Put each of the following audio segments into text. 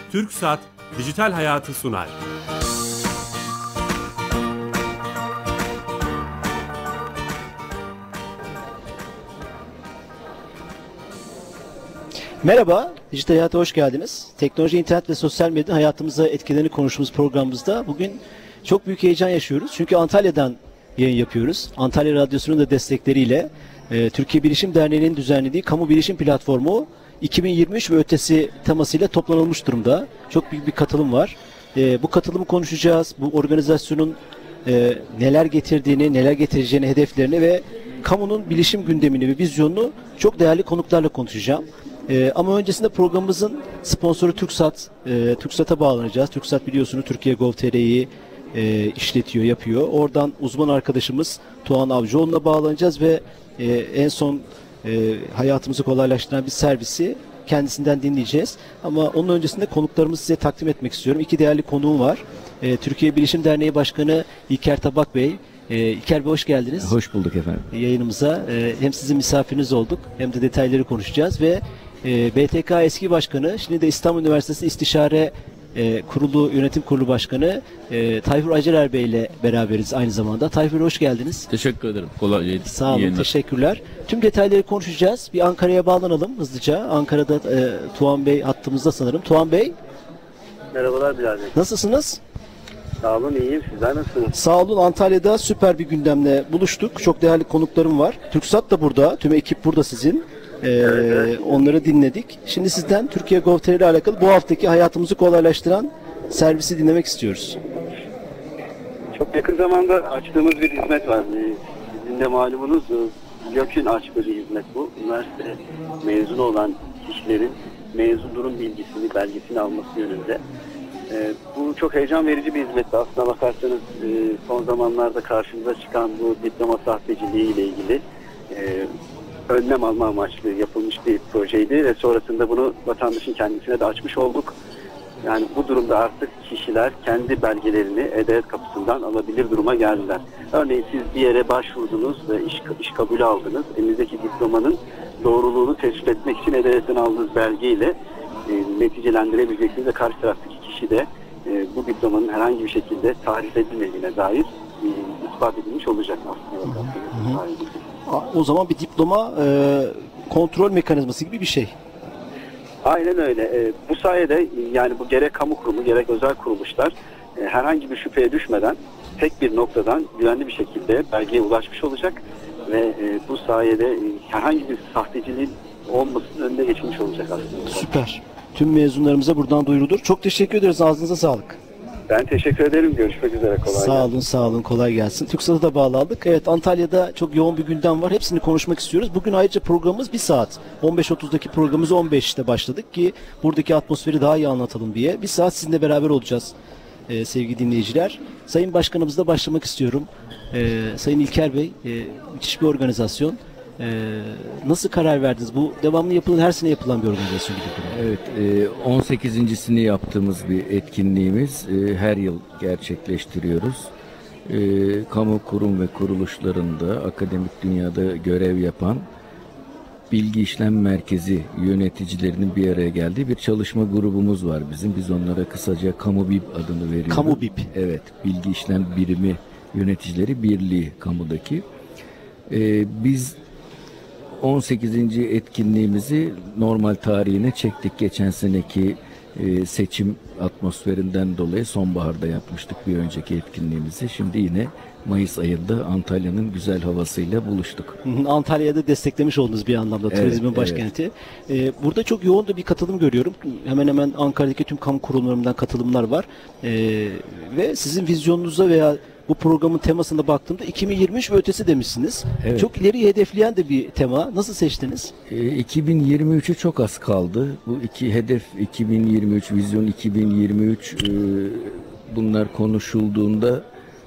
TürkSat Dijital Hayatı sunar. Merhaba, Dijital Hayat'a hoş geldiniz. Teknoloji, internet ve sosyal medya hayatımıza etkilerini konuştuğumuz programımızda bugün çok büyük heyecan yaşıyoruz. Çünkü Antalya'dan yayın yapıyoruz. Antalya Radyosu'nun da destekleriyle Türkiye Bilişim Derneği'nin düzenlediği Kamu Bilişim Platformu 2023 ve ötesi temasıyla toplanılmış durumda. Çok büyük bir katılım var. Bu katılımı konuşacağız. Bu organizasyonun neler getirdiğini, neler getireceğini, hedeflerini ve kamunun bilişim gündemini ve vizyonunu çok değerli konuklarla konuşacağım. Ama öncesinde programımızın sponsoru TürkSat. TürkSat'a bağlanacağız. TürkSat biliyorsunuz Türkiye Gov.tr'yi işletiyor, yapıyor. Oradan uzman arkadaşımız Tuğan Avcıoğlu'na bağlanacağız ve en son hayatımızı kolaylaştıran bir servisi kendisinden dinleyeceğiz. Ama onun öncesinde konuklarımızı size takdim etmek istiyorum. İki değerli konuğum var. Türkiye Bilişim Derneği Başkanı İlker Tabak Bey. İlker Bey hoş geldiniz. Hoş bulduk efendim. Yayınımıza hem sizin misafiriniz olduk hem de detayları konuşacağız ve BTK eski başkanı, şimdi de İstanbul Üniversitesi İstişare Kurulu Yönetim Kurulu Başkanı Tayfur Acerer Bey ile beraberiz aynı zamanda. Tayfur hoş geldiniz. Teşekkür ederim. Kolay gelsin. Sağ olun, teşekkürler. Tüm detayları konuşacağız. Bir Ankara'ya bağlanalım hızlıca. Ankara'da Tuğan Bey hattımızda sanırım. Tuğan Bey. Merhabalar Bilal Bey. Nasılsınız? Sağ olun, iyiyim. Sizler nasılsınız? Sağ olun. Antalya'da süper bir gündemle buluştuk. Çok değerli konuklarım var. TürkSat da burada. Tüm ekip burada sizin. Evet. Onları dinledik. Şimdi sizden Türkiye Gov.tr ile alakalı bu haftaki hayatımızı kolaylaştıran servisi dinlemek istiyoruz. Çok yakın zamanda açtığımız bir hizmet var. Sizin de malumunuz YÖK'ün açtığı bir hizmet bu. Üniversite mezunu olan kişilerin mezun durum bilgisini, belgesini alması yönünde. Bu çok heyecan verici bir hizmetti. Aslına bakarsanız son zamanlarda karşımıza çıkan bu diploma sahteciliği ile ilgili önlem alma amaçlı yapılmış bir projeydi ve sonrasında bunu vatandaşın kendisine de açmış olduk. Yani bu durumda artık kişiler kendi belgelerini E-Devlet kapısından alabilir duruma geldiler. Örneğin siz bir yere başvurdunuz ve iş kabulü aldınız. Elinizdeki diplomanın doğruluğunu tespit etmek için E-Devlet'ten aldığınız belgeyle neticelendirebileceksiniz ve karşı taraftaki kişi de bu diplomanın herhangi bir şekilde tarif edilmediğine dair ispat edilmiş olacak aslında. O zaman bir diploma kontrol mekanizması gibi bir şey. Aynen öyle. Bu sayede yani bu gerek kamu kurumu gerek özel kuruluşlar herhangi bir şüpheye düşmeden tek bir noktadan güvenli bir şekilde belgeye ulaşmış olacak ve bu sayede herhangi bir sahteciliğin olmasının önüne geçmiş olacak aslında. Süper. Tüm mezunlarımıza buradan duyurulur. Çok teşekkür ederiz. Ağzınıza sağlık. Ben teşekkür ederim. Görüşmek üzere. Kolay gelsin. Sağ olun. Kolay gelsin. TürkSat'a da bağlandık. Evet, Antalya'da çok yoğun bir gündem var. Hepsini konuşmak istiyoruz. Bugün ayrıca programımız 1 saat. 15.30'daki programımızı 15'te başladık ki buradaki atmosferi daha iyi anlatalım diye. 1 saat sizinle beraber olacağız sevgili dinleyiciler. Sayın Başkanımızla başlamak istiyorum. Sayın İlker Bey, müthiş bir organizasyon. Nasıl karar verdiniz? Bu devamlı yapılan, her sene yapılan bir organizasyon gibi. Evet, 18.sini yaptığımız bir etkinliğimiz. Her yıl gerçekleştiriyoruz. Kamu kurum ve kuruluşlarında, akademik dünyada görev yapan bilgi işlem merkezi yöneticilerinin bir araya geldiği bir çalışma grubumuz var bizim. Biz onlara kısaca KamuBİB adını veriyoruz. KamuBİB. Evet, bilgi işlem birimi yöneticileri birliği kamudaki. Biz 18. etkinliğimizi normal tarihine çektik. Geçen seneki seçim atmosferinden dolayı sonbaharda yapmıştık bir önceki etkinliğimizi. Şimdi yine Mayıs ayında Antalya'nın güzel havasıyla buluştuk. Antalya'da desteklemiş oldunuz bir anlamda, turizmin başkenti. Burada çok yoğun da bir katılım görüyorum. Hemen hemen Ankara'daki tüm kamu kurumlarından katılımlar var. Ve sizin vizyonunuza veya bu programın temasına baktığımda 2023 ve ötesi demişsiniz. Evet. Çok ileriyi hedefleyen de bir tema. Nasıl seçtiniz? 2023'ü çok az kaldı. Bu iki hedef 2023, vizyon 2023 bunlar konuşulduğunda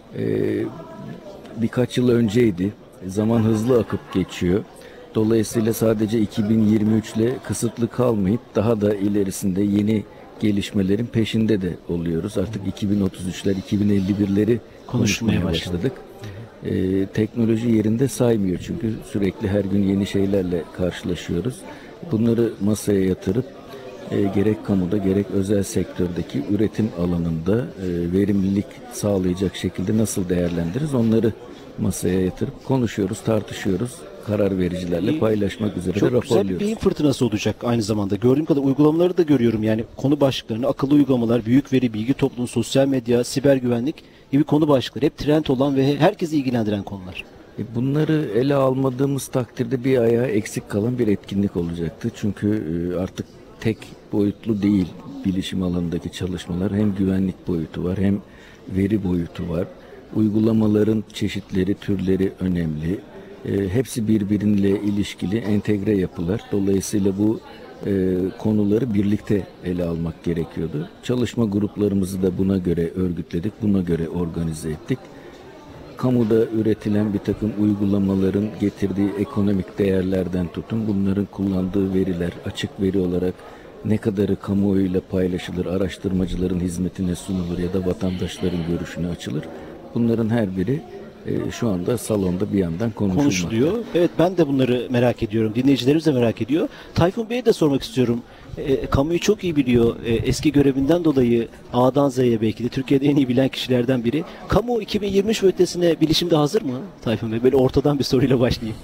birkaç yıl önceydi. Zaman hızlı akıp geçiyor. Dolayısıyla sadece 2023 ile kısıtlı kalmayıp daha da ilerisinde yeni gelişmelerin peşinde de oluyoruz. Artık 2033'ler, 2051'leri konuşmaya başladık. Teknoloji yerinde saymıyor çünkü sürekli her gün yeni şeylerle karşılaşıyoruz. Bunları masaya yatırıp gerek kamuda gerek özel sektördeki üretim alanında verimlilik sağlayacak şekilde nasıl değerlendiririz, onları masaya yatırıp konuşuyoruz, tartışıyoruz. Karar vericilerle paylaşmak üzere de Çok güzel bir raporluyoruz. beyin fırtınası olacak aynı zamanda. Gördüğüm kadar uygulamaları da görüyorum. Yani konu başlıklarını, akıllı uygulamalar, büyük veri, bilgi toplumu, sosyal medya, siber güvenlik gibi konu başlıkları. Hep trend olan ve herkesi ilgilendiren konular. Bunları ele almadığımız takdirde bir ayağı eksik kalan bir etkinlik olacaktı. Çünkü artık tek boyutlu değil bilişim alanındaki çalışmalar. Hem güvenlik boyutu var, hem veri boyutu var. Uygulamaların çeşitleri, türleri önemli. Hepsi birbiriyle ilişkili entegre yapılar. Dolayısıyla bu konuları birlikte ele almak gerekiyordu. Çalışma gruplarımızı da buna göre örgütledik, buna göre organize ettik. Kamuda üretilen bir takım uygulamaların getirdiği ekonomik değerlerden tutun, bunların kullandığı veriler açık veri olarak ne kadarı kamuoyuyla paylaşılır, araştırmacıların hizmetine sunulur ya da vatandaşların görüşüne açılır. Bunların her biri şu anda salonda bir yandan Konuşuluyor. Evet, ben de bunları merak ediyorum. Dinleyicilerimiz de merak ediyor. Tayfun Bey'e de sormak istiyorum. Kamuyu çok iyi biliyor. Eski görevinden dolayı A'dan Z'ye belki de Türkiye'de en iyi bilen kişilerden biri. Kamu 2023 ve ötesine bilişimde hazır mı Tayfun Bey? Böyle ortadan bir soruyla başlayayım.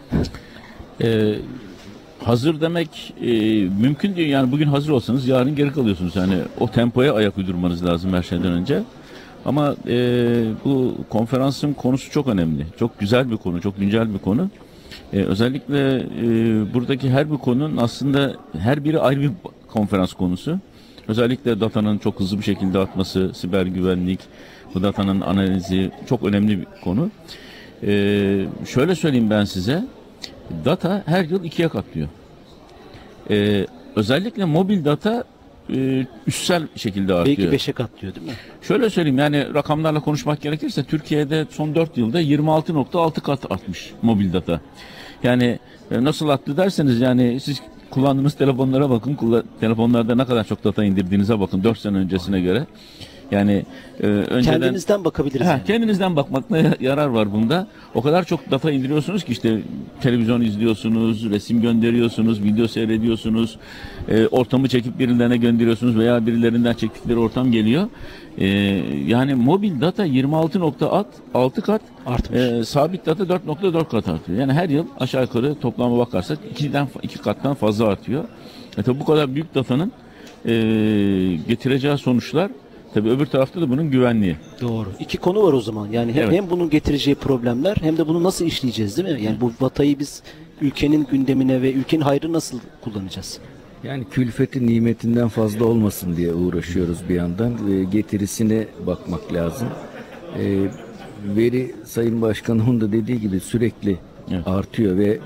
Hazır demek mümkün değil. Yani bugün hazır olsanız yarın geri kalıyorsunuz. Yani o tempoya ayak uydurmanız lazım her şeyden önce. Ama bu konferansın konusu çok önemli. Çok güzel bir konu, çok güncel bir konu. Özellikle buradaki her bir konunun aslında her biri ayrı bir konferans konusu. Özellikle datanın çok hızlı bir şekilde atması, siber güvenlik, bu datanın analizi çok önemli bir konu. Şöyle söyleyeyim ben size, data her yıl 2'ye katlıyor. Özellikle mobil data üstsel şekilde artıyor. Belki 5'e katlıyor değil mi? Şöyle söyleyeyim, yani rakamlarla konuşmak gerekirse Türkiye'de son 4 yılda 26.6 kat artmış mobil data. Yani nasıl arttı derseniz, yani siz kullandığınız telefonlara bakın, telefonlarda ne kadar çok data indirdiğinize bakın 4 sene öncesine göre. Yani önceden kendinizden bakabiliriz. Yani. Kendinizden bakmakta yarar var bunda. O kadar çok data indiriyorsunuz ki işte televizyon izliyorsunuz, resim gönderiyorsunuz, video seyrediyorsunuz, ortamı çekip birilerine gönderiyorsunuz veya birilerinden çektikleri ortam geliyor. Yani mobil data 26.6 kat artmış. Sabit data 4.4 kat artıyor. Yani her yıl aşağı yukarı toplama bakarsak 2 kattan fazla artıyor. Tabii bu kadar büyük datanın getireceği sonuçlar, tabii öbür tarafta da bunun güvenliği. Doğru. İki konu var o zaman. Yani hem bunun getireceği problemler hem de bunu nasıl işleyeceğiz değil mi? Yani bu datayı biz ülkenin gündemine ve ülkenin hayrı nasıl kullanacağız? Yani külfeti nimetinden fazla olmasın diye uğraşıyoruz bir yandan. Getirisine bakmak lazım. Veri, Sayın Başkanımın da dediği gibi sürekli artıyor ve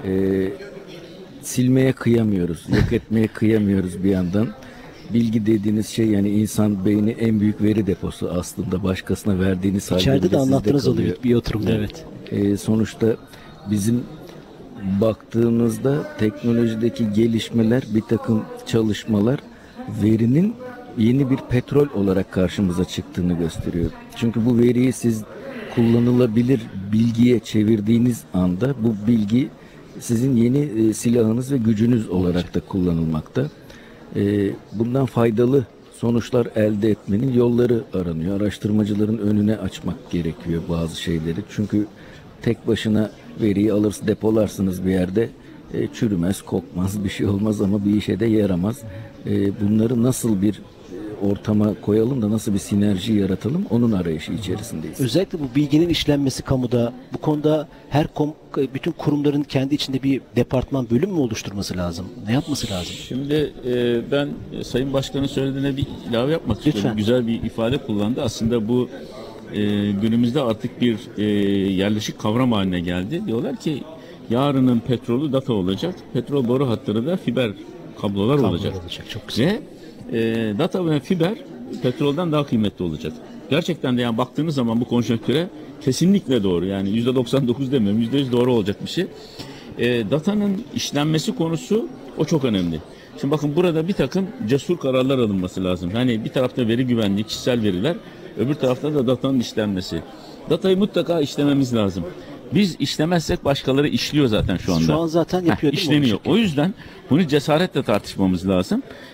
silmeye kıyamıyoruz, yok etmeye kıyamıyoruz bir yandan. Bilgi dediğiniz şey, yani insan beyni en büyük veri deposu aslında, başkasına verdiğiniz halde İçeride de anlattınız kalıyor. oluyor bir oturumda. Evet. Sonuçta bizim baktığımızda teknolojideki gelişmeler, bir takım çalışmalar verinin yeni bir petrol olarak karşımıza çıktığını gösteriyor. Çünkü bu veriyi siz kullanılabilir bilgiye çevirdiğiniz anda bu bilgi sizin yeni silahınız ve gücünüz olarak da kullanılmakta. Bundan faydalı sonuçlar elde etmenin yolları aranıyor. Araştırmacıların önüne açmak gerekiyor bazı şeyleri. Çünkü tek başına veriyi alırsınız, depolarsınız bir yerde, çürümez, kokmaz, bir şey olmaz ama bir işe de yaramaz. Bunları nasıl bir ortama koyalım da nasıl bir sinerji yaratalım, onun arayışı içerisindeyiz. Özellikle bu bilginin işlenmesi kamuda, bu konuda bütün kurumların kendi içinde bir departman, bölüm mü oluşturması lazım? Ne yapması lazım? Şimdi ben Sayın Başkan'ın söylediğine bir ilave yapmak istiyorum. Güzel bir ifade kullandı. Aslında bu günümüzde artık bir yerleşik kavram haline geldi. Diyorlar ki yarının petrolü data olacak. Petrol boru hatları da fiber kablolar olacak. Çok güzel. Ve data ve fiber petrolden daha kıymetli olacak. Gerçekten de yani baktığınız zaman bu konjonktüre kesinlikle doğru. Yani %99 demiyorum, %100 doğru olacak bir şey. Datanın işlenmesi konusu o çok önemli. Şimdi bakın, burada bir takım cesur kararlar alınması lazım. Hani bir tarafta veri güvenliği, kişisel veriler, öbür tarafta da datanın işlenmesi. Datayı mutlaka işlememiz lazım. Biz işlemezsek başkaları işliyor zaten şu anda. Şu an zaten yapıyor değil mi? İşleniyor. O yüzden bunu cesaretle tartışmamız lazım.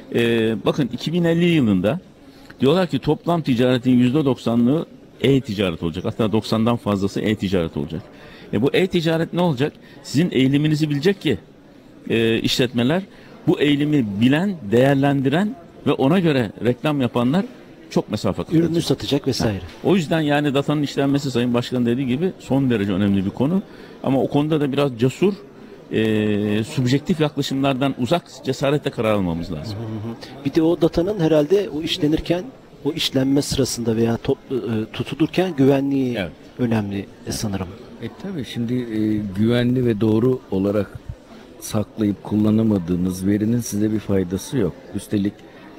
Bakın 2050 yılında diyorlar ki toplam ticaretin %90'lığı e-ticaret olacak. Hatta 90'dan fazlası e-ticaret olacak. Bu e-ticaret ne olacak? Sizin eğiliminizi bilecek ki işletmeler, bu eğilimi bilen, değerlendiren ve ona göre reklam yapanlar çok mesafe kat edecek. Ürünü satacak vesaire. O yüzden yani datanın işlenmesi Sayın Başkan dediği gibi son derece önemli bir konu. Ama o konuda da biraz cesur, subjektif yaklaşımlardan uzak, cesaretle karar almamız lazım. Bir de o datanın herhalde o işlenirken, o işlenme sırasında veya tutulurken güvenliği Evet. önemli sanırım. Tabii şimdi güvenli ve doğru olarak saklayıp kullanamadığınız verinin size bir faydası yok. Üstelik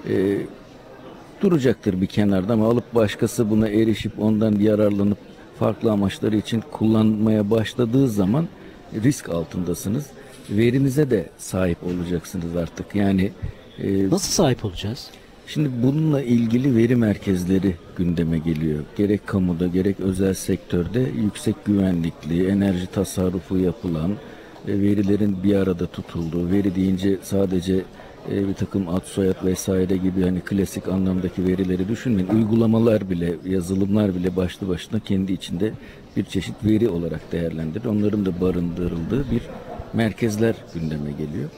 duracaktır bir kenarda ama alıp başkası buna erişip ondan yararlanıp farklı amaçları için kullanmaya başladığı zaman risk altındasınız. Verinize de sahip olacaksınız artık. Yani Nasıl sahip olacağız? şimdi bununla ilgili veri merkezleri gündeme geliyor. Gerek kamuda gerek özel sektörde yüksek güvenlikli, enerji tasarrufu yapılan, verilerin bir arada tutulduğu, veri deyince sadece bir takım ad soyad vesaire gibi hani klasik anlamdaki verileri düşünmeyin. Uygulamalar bile, yazılımlar bile başlı başına kendi içinde bir çeşit veri olarak değerlendirir. Onların da barındırıldığı bir merkezler gündeme geliyor.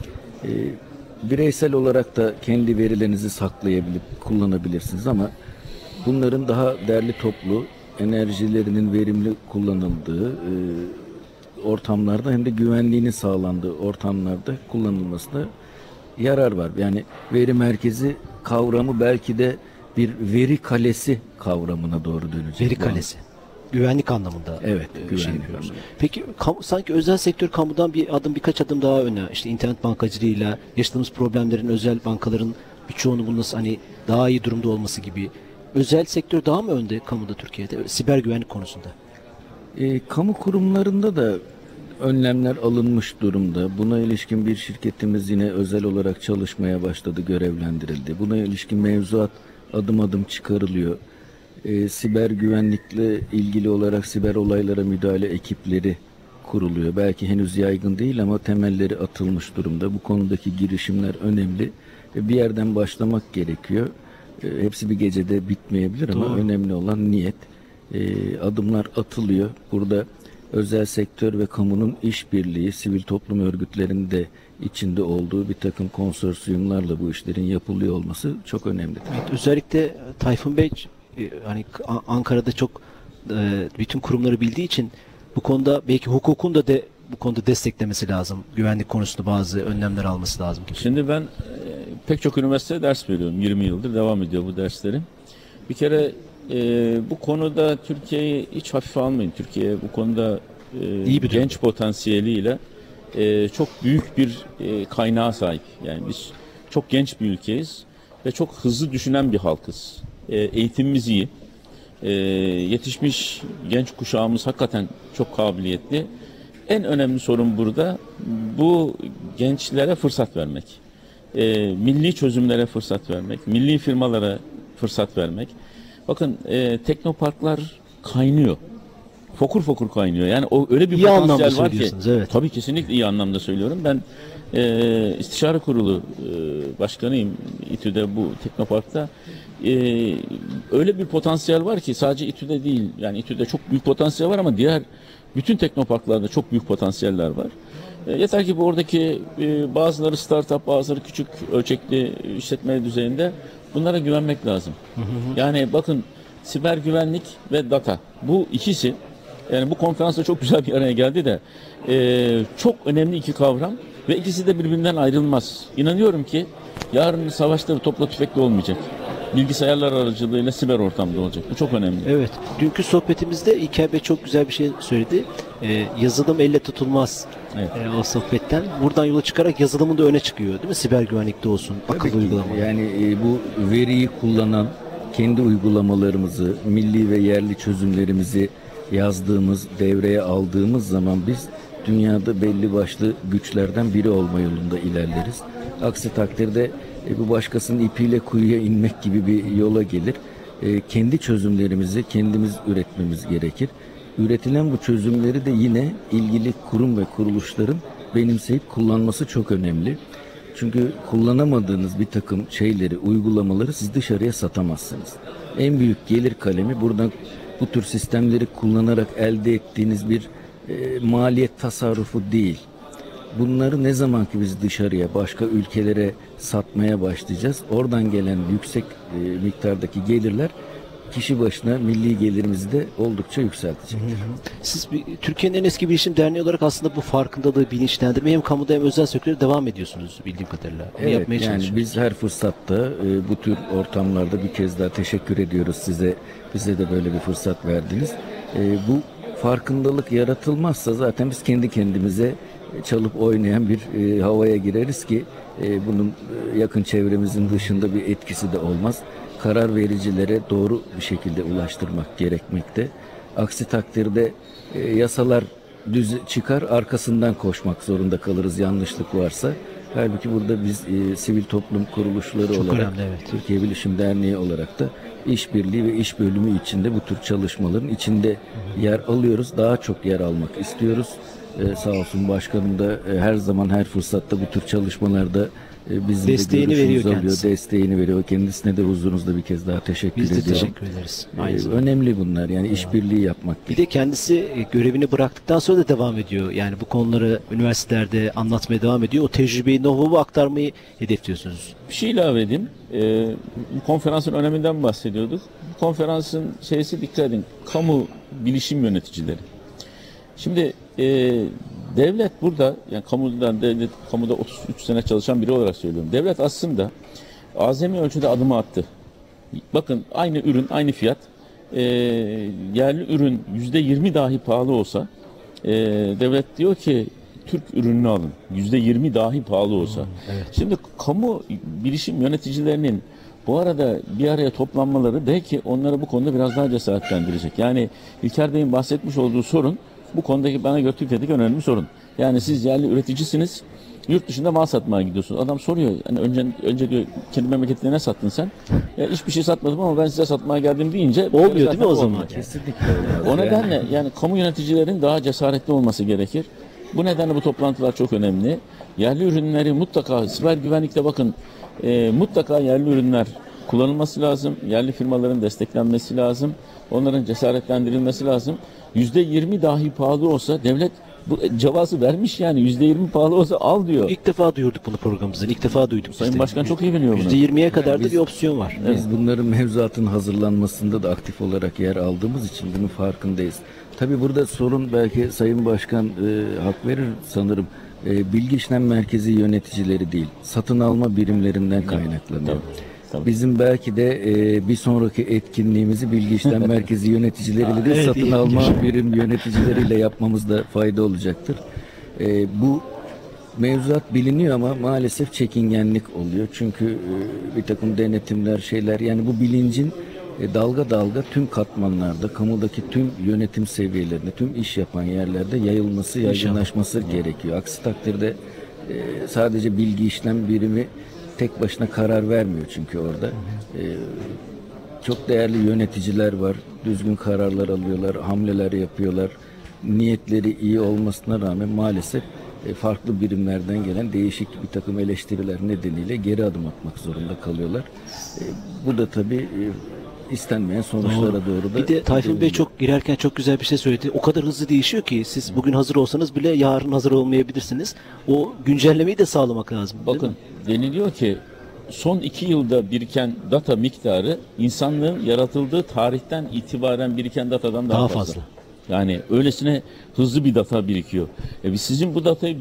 Bireysel olarak da kendi verilerinizi saklayabilip kullanabilirsiniz ama bunların daha derli toplu, enerjilerinin verimli kullanıldığı ortamlarda hem de güvenliğinin sağlandığı ortamlarda kullanılmasına yarar var. Yani veri merkezi kavramı belki de bir veri kalesi kavramına doğru dönecek. Veri kalesi. Güvenlik anlamında. Evet, güvenlik yapıyoruz. anlamında. Peki sanki özel sektör kamudan birkaç adım daha öne. İşte internet bankacılığıyla yaşadığımız problemlerin özel bankaların birçoğunu bunun hani daha iyi durumda olması gibi. Özel sektör daha mı önde kamuda Türkiye'de siber güvenlik konusunda? Kamu kurumlarında da önlemler alınmış durumda. Buna ilişkin bir şirketimiz yine özel olarak çalışmaya başladı, görevlendirildi. Buna ilişkin mevzuat adım adım çıkarılıyor. Siber güvenlikle ilgili olarak siber olaylara müdahale ekipleri kuruluyor. Belki henüz yaygın değil ama temelleri atılmış durumda. Bu konudaki girişimler önemli. Bir yerden başlamak gerekiyor. Hepsi bir gecede bitmeyebilir ama Doğru. önemli olan niyet. Adımlar atılıyor. Burada özel sektör ve kamunun işbirliği, sivil toplum örgütlerinin de içinde olduğu bir takım konsorsiyumlarla bu işlerin yapılıyor olması çok önemli. Evet, özellikle Tayfun Bey hani Ankara'da çok bütün kurumları bildiği için bu konuda belki hukukun da bu konuda desteklemesi lazım. Güvenlik konusunda bazı önlemler alması lazım gibi. Şimdi ben pek çok üniversitede ders veriyorum. 20 yıldır devam ediyor bu derslerim. Bir kere bu konuda Türkiye'yi hiç hafife almayın. Türkiye bu konuda İyi bir genç potansiyeliyle çok büyük bir kaynağa sahip. Yani biz çok genç bir ülkeyiz ve çok hızlı düşünen bir halkız. Eğitimimiz iyi. Yetişmiş genç kuşağımız hakikaten çok kabiliyetli. En önemli sorun burada bu gençlere fırsat vermek. Milli çözümlere fırsat vermek, milli firmalara fırsat vermek. Bakın teknoparklar kaynıyor. Fokur fokur kaynıyor. Yani o öyle bir İyi anlamda potansiyel var ki. evet. Tabii kesinlikle iyi anlamda söylüyorum. Ben istişare kurulu başkanıyım İTÜ'de bu teknoparkta. Öyle bir potansiyel var ki sadece İTÜ'de değil. Yani İTÜ'de çok büyük potansiyel var ama diğer bütün teknoparklarda çok büyük potansiyeller var. Yeter ki bu oradaki bazıları startup, bazıları küçük ölçekli işletme düzeyinde bunlara güvenmek lazım. Yani bakın siber güvenlik ve data bu ikisi yani bu konferansta çok güzel bir araya geldi de çok önemli iki kavram ve ikisi de birbirinden ayrılmaz. İnanıyorum ki yarın savaşta topla tüfekle olmayacak. Bilgisayarlar aracılığıyla siber ortamda olacak. Bu çok önemli. Evet. Dünkü sohbetimizde İlker Bey çok güzel bir şey söyledi. Yazılım elle tutulmaz. Evet. O sohbetten. Buradan yola çıkarak yazılımın da öne çıkıyor değil mi? Siber güvenlikte olsun. Akıllı uygulama. Yani bu veriyi kullanan kendi uygulamalarımızı, milli ve yerli çözümlerimizi yazdığımız, devreye aldığımız zaman biz dünyada belli başlı güçlerden biri olma yolunda ilerleriz. Aksi takdirde bu başkasının ipiyle kuyuya inmek gibi bir yola gelir. Kendi çözümlerimizi kendimiz üretmemiz gerekir. Üretilen bu çözümleri de yine ilgili kurum ve kuruluşların benimseyip kullanması çok önemli. Çünkü kullanamadığınız bir takım şeyleri, uygulamaları siz dışarıya satamazsınız. En büyük gelir kalemi buradan bu tür sistemleri kullanarak elde ettiğiniz bir maliyet tasarrufu değil. Bunları ne zaman ki biz dışarıya, başka ülkelere satmaya başlayacağız, oradan gelen yüksek miktardaki gelirler kişi başına milli gelirimizi de oldukça yükseltecektir. Siz Türkiye'nin en eski bilişim derneği olarak aslında bu farkındalığı, bilinçlendirme hem kamuda hem özel sektörde devam ediyorsunuz bildiğim kadarıyla. Bunu Evet, yapmaya yani çalışıyorsunuz. biz her fırsatta bu tür ortamlarda bir kez daha teşekkür ediyoruz size. Bize de böyle bir fırsat verdiniz. Bu farkındalık yaratılmazsa zaten biz kendi kendimize çalıp oynayan bir havaya gireriz ki bunun yakın çevremizin dışında bir etkisi de olmaz. Karar vericilere doğru bir şekilde ulaştırmak gerekmekte. Aksi takdirde yasalar düz çıkar, arkasından koşmak zorunda kalırız yanlışlık varsa. Halbuki burada biz sivil toplum kuruluşları Çok olarak, önemli, evet. Türkiye Bilişim Derneği olarak da işbirliği ve iş bölümü içinde bu tür çalışmaların içinde yer alıyoruz. Daha çok yer almak istiyoruz. Sağ olsun başkanım da her zaman her fırsatta bu tür çalışmalarda bizim desteğini de görüşümüzü veriyor alıyor, kendisi. desteğini veriyor. Kendisine de huzurunuzda bir kez daha teşekkür Biz de ediyorum. teşekkür ederiz. Aynı zamanda. Önemli bunlar yani işbirliği yapmak. Bir de kendisi görevini bıraktıktan sonra da devam ediyor. Yani bu konuları üniversitelerde anlatmaya devam ediyor. O tecrübeyi, know-how'u aktarmayı hedefliyorsunuz. Bir şey ilave edeyim. Bu konferansın öneminden bahsediyorduk. Bu konferansın şeysi, dikkat edin, kamu bilişim yöneticileri. Şimdi devlet burada, yani kamuda 33 sene çalışan biri olarak söylüyorum. Devlet aslında azami ölçüde adımı attı. Bakın aynı ürün, aynı fiyat. Yerli ürün %20 dahi pahalı olsa devlet diyor ki Türk ürününü alın. %20 dahi pahalı olsa. Evet. Şimdi kamu bilişim yöneticilerinin bu arada bir araya toplanmaları belki onları bu konuda biraz daha cesaretlendirecek. Yani İlker Bey'in bahsetmiş olduğu sorun bu konudaki bana göre Türkiye'deki önemli bir sorun. Yani siz yerli üreticisiniz, yurt dışında mal satmaya gidiyorsunuz. Adam soruyor, hani önce diyor kendi memleketine ne sattın sen? Ya hiçbir şey satmadım ama ben size satmaya geldim deyince Olmuyor değil mi o zaman? olmuyor. Kesinlikle olmaz. O nedenle yani kamu yöneticilerin daha cesaretli olması gerekir. Bu nedenle bu toplantılar çok önemli. Yerli ürünleri mutlaka, siber güvenlikte bakın mutlaka yerli ürünler kullanılması lazım. Yerli firmaların desteklenmesi lazım. Onların cesaretlendirilmesi lazım. %20 dahi pahalı olsa devlet bu cevazı vermiş yani %20 pahalı olsa al diyor. İlk defa duyurduk bunu programımızda. İlk defa duyduk. Sayın biz de. Başkan çok iyi biliyor bunu. %20'ye kadar da biz- bir opsiyon var. Biz bunların mevzuatın hazırlanmasında da aktif olarak yer aldığımız için bunun farkındayız. Tabii burada sorun belki Sayın Başkan hak verir sanırım. Bilgi işlem merkezi yöneticileri değil, satın alma birimlerinden kaynaklanıyor. Tabii. Bizim belki de bir sonraki etkinliğimizi bilgi işlem merkezi yöneticileriyle değil, Evet, satın iyi alma fikir. birim yöneticileriyle yapmamızda fayda olacaktır. Bu mevzuat biliniyor ama maalesef çekingenlik oluyor. Çünkü bir takım denetimler, şeyler, yani bu bilincin dalga dalga tüm katmanlarda, kamudaki tüm yönetim seviyelerinde, tüm iş yapan yerlerde yayılması, yaygınlaşması gerekiyor. Aksi takdirde sadece bilgi işlem birimi tek başına karar vermiyor çünkü orada. Çok değerli yöneticiler var, düzgün kararlar alıyorlar, hamleler yapıyorlar. Niyetleri iyi olmasına rağmen maalesef farklı birimlerden gelen değişik bir takım eleştiriler nedeniyle geri adım atmak zorunda kalıyorlar. Bu da tabii istenmeyen sonuçlara doğru da... Bir de Tayfun Bey çok girerken çok güzel bir şey söyledi. O kadar hızlı değişiyor ki siz bugün hazır olsanız bile yarın hazır olmayabilirsiniz. O güncellemeyi de sağlamak lazım. değil Bakın mi? deniliyor ki son 2 yılda biriken data miktarı insanlığın yaratıldığı tarihten itibaren biriken datadan daha fazla. Yani öylesine hızlı bir data birikiyor. Sizin bu datayı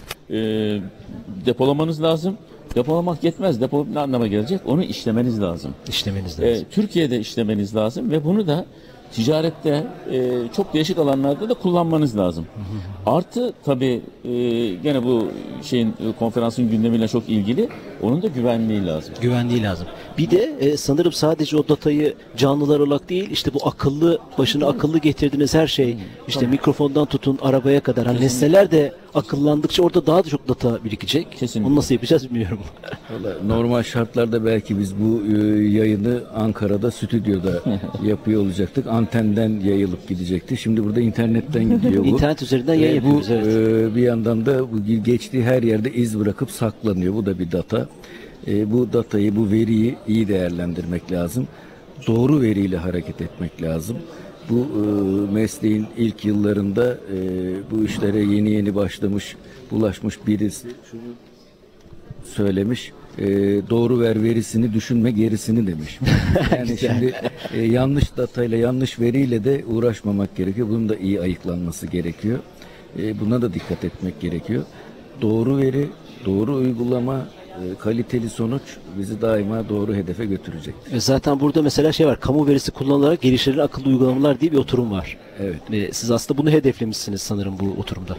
depolamanız lazım. Depolamak yetmez. Depolamak ne anlama gelecek? Onu işlemeniz lazım. İşlemeniz lazım. Türkiye'de işlemeniz lazım ve bunu da ticarette çok değişik alanlarda da kullanmanız lazım. Artı tabii gene bu konferansın gündemiyle çok ilgili, onun da güvenliği lazım. Güvenliği lazım. Bir de sanırım sadece o datayı canlılar olarak değil, işte bu akıllı, başına akıllı getirdiğiniz her şey, işte mikrofondan tutun arabaya kadar, hani nesneler de akıllandıkça orada daha da çok data birikecek. Kesinlikle. Onu nasıl yapacağız bilmiyorum. Vallahi normal şartlarda belki biz bu yayını Ankara'da stüdyoda yapıyor olacaktık. Antenden yayılıp gidecekti. Şimdi burada internetten gidiyor bu. İnternet üzerinden yayın yapıyoruz. Bu Evet. bir yandan da bu geçtiği her yerde iz bırakıp saklanıyor. Bu da bir data. Bu datayı, bu veriyi iyi değerlendirmek lazım. Doğru veriyle hareket etmek lazım. Bu mesleğin ilk yıllarında bu işlere yeni yeni bulaşmış birisi şunu söylemiş. Doğru ver verisini, düşünme gerisini demiş. Yani şimdi yanlış datayla, yanlış veriyle de uğraşmamak gerekiyor. Bunun da iyi ayıklanması gerekiyor. Buna da dikkat etmek gerekiyor. Doğru veri, doğru uygulama, kaliteli sonuç bizi daima doğru hedefe götürecektir. Zaten burada mesela şey var. Kamu verisi kullanılarak geliştirilen akıllı uygulamalar diye bir oturum var. Evet. Siz aslında bunu hedeflemişsiniz sanırım bu oturumda.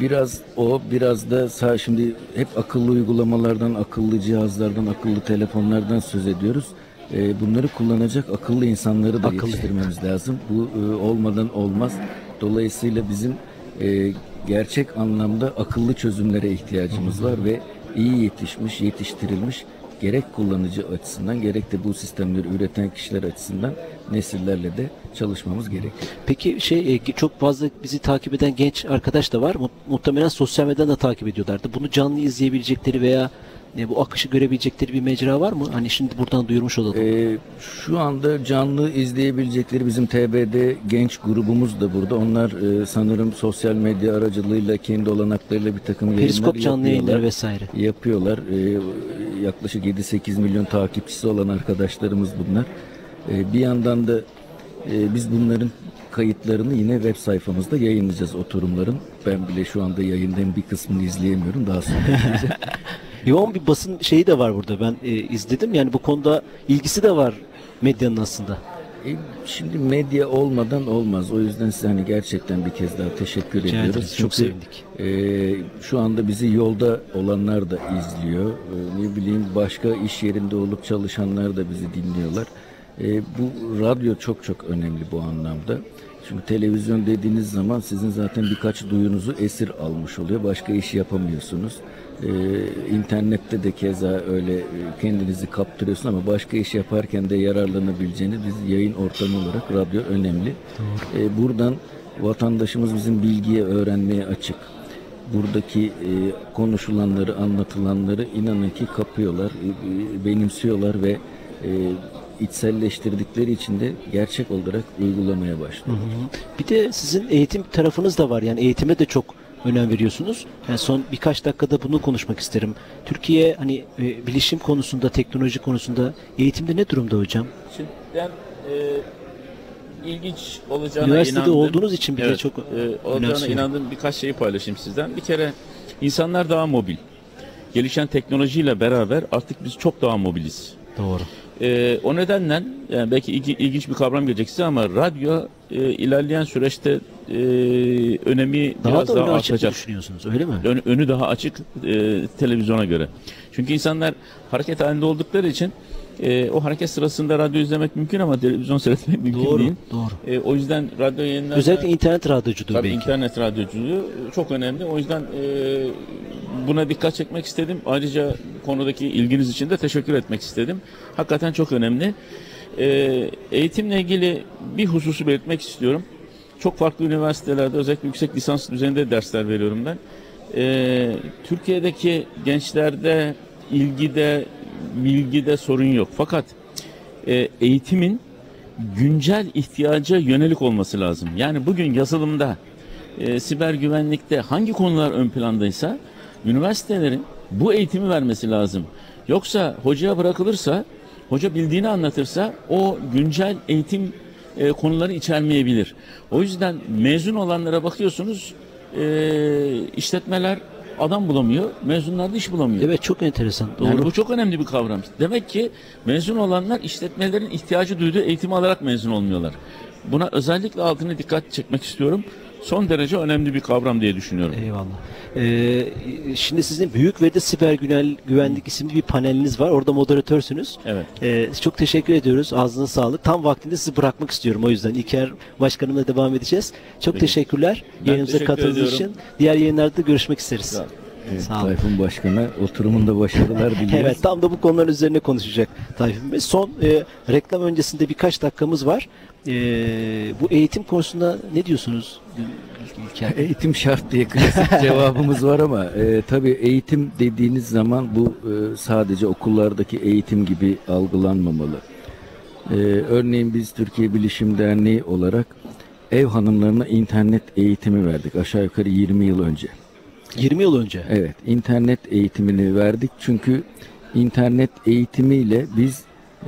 Biraz da şimdi hep akıllı uygulamalardan, akıllı cihazlardan, akıllı telefonlardan söz ediyoruz. Bunları kullanacak akıllı insanları da yetiştirmemiz lazım. Bu olmadan olmaz. Dolayısıyla bizim gerçek anlamda akıllı çözümlere ihtiyacımız var ve iyi yetiştirilmiş gerek kullanıcı açısından gerek de bu sistemleri üreten kişiler açısından nesillerle de çalışmamız gerekiyor. Peki çok fazla bizi takip eden genç arkadaş da var. Muhtemelen sosyal medyadan da takip ediyorlardı. Bunu canlı izleyebilecekleri veya bu akışı görebilecekleri bir mecra var mı? Hani şimdi buradan duyurmuş olalım. Şu anda canlı izleyebilecekleri bizim TBD genç grubumuz da burada. Onlar sanırım sosyal medya aracılığıyla kendi olanaklarıyla bir takım yayınlar Periskop canlı yayınları vesaire. Yapıyorlar. Yaklaşık 7-8 milyon takipçisi olan arkadaşlarımız bunlar. Bir yandan da biz bunların kayıtlarını yine web sayfamızda yayınlayacağız oturumların. Ben bile şu anda yayındayım, bir kısmını izleyemiyorum. Daha sonra izleyeceğim. Yoğun bir basın şeyi de var burada. Ben izledim. Yani bu konuda ilgisi de var medyanın aslında. Şimdi medya olmadan olmaz. O yüzden size gerçekten bir kez daha teşekkür ediyoruz. Çok sevindik. Şu anda bizi yolda olanlar da izliyor. Ne bileyim başka iş yerinde olup çalışanlar da bizi dinliyorlar. Bu radyo çok çok önemli bu anlamda. Çünkü televizyon dediğiniz zaman sizin zaten birkaç duyunuzu esir almış oluyor. Başka iş yapamıyorsunuz. İnternette de keza öyle kendinizi kaptırıyorsunuz ama başka iş yaparken de yararlanabileceğiniz biz yayın ortamı olarak radyo önemli. Buradan vatandaşımız bizim bilgiye, öğrenmeye açık. Buradaki konuşulanları, anlatılanları inanın ki kapıyorlar, benimsiyorlar ve içselleştirdikleri için de gerçek olarak uygulamaya başlıyor. Bir de sizin eğitim tarafınız da var. Yani eğitime de çok önem veriyorsunuz. Yani son birkaç dakikada bunu konuşmak isterim. Türkiye bilişim konusunda, teknoloji konusunda eğitimde ne durumda hocam? Şimdi ben ilginç olacağına Üniversitede inandım. olduğunuz için bile çok olacağına inandığım birkaç şeyi paylaşayım sizden. Bir kere insanlar daha mobil. Gelişen teknolojiyle beraber artık biz çok daha mobiliz. Doğru. O nedenle yani belki ilginç bir kavram gelecek size ama radyo ilerleyen süreçte önemi biraz daha artacak. Düşünüyorsunuz öyle mi? Önü daha açık televizyona göre. Çünkü insanlar hareket halinde oldukları için o hareket sırasında radyo izlemek mümkün ama televizyon seyretmek mümkün değil. Doğru. O yüzden radyo yayınları... Özellikle internet radyoculuğu tabii belki. internet radyoculuğu çok önemli. O yüzden buna dikkat çekmek istedim. Ayrıca konudaki ilginiz için de teşekkür etmek istedim. Hakikaten çok önemli. Eğitimle ilgili bir hususu belirtmek istiyorum. Çok farklı üniversitelerde özellikle yüksek lisans düzeyinde dersler veriyorum ben. Türkiye'deki gençlerde ilgide, bilgide sorun yok. Fakat eğitimin güncel ihtiyaca yönelik olması lazım. Yani bugün yazılımda, siber güvenlikte hangi konular ön plandaysa üniversitelerin bu eğitimi vermesi lazım. Yoksa hocaya bırakılırsa, hoca bildiğini anlatırsa o güncel eğitim konuları içermeyebilir. O yüzden mezun olanlara bakıyorsunuz, işletmeler adam bulamıyor, mezunlar da iş bulamıyor. Evet, çok enteresan. Doğru. Yani bu çok önemli bir kavram. Demek ki mezun olanlar işletmelerin ihtiyacı duyduğu eğitimi alarak mezun olmuyorlar. Buna özellikle altına dikkat çekmek istiyorum. son derece önemli bir kavram diye düşünüyorum. Eyvallah. Şimdi sizin Büyük Veride Siber Güvenlik isimli bir paneliniz var. Orada moderatörsünüz. Evet. Çok teşekkür ediyoruz. Ağzına sağlık. Tam vaktinde sizi bırakmak istiyorum. O yüzden İlker Başkanım'la devam edeceğiz. Çok Peki. teşekkürler. Ben Yayınımıza teşekkür katıldığınız için. ediyorum. Diğer yayınlarda görüşmek isteriz. Evet, Sağ olun. Tayfun Başkan'a oturumunda başarılar diliyoruz. Evet, tam da bu konuların üzerine konuşacak Tayfun Bey. Son reklam öncesinde birkaç dakikamız var. Bu eğitim konusunda ne diyorsunuz İlker? Eğitim şart diye klasik cevabımız var ama tabii eğitim dediğiniz zaman bu sadece okullardaki eğitim gibi algılanmamalı. Örneğin biz Türkiye Bilişim Derneği olarak ev hanımlarına internet eğitimi verdik aşağı yukarı 20 yıl önce. 20 yıl önce. Evet, internet eğitimini verdik çünkü internet eğitimiyle biz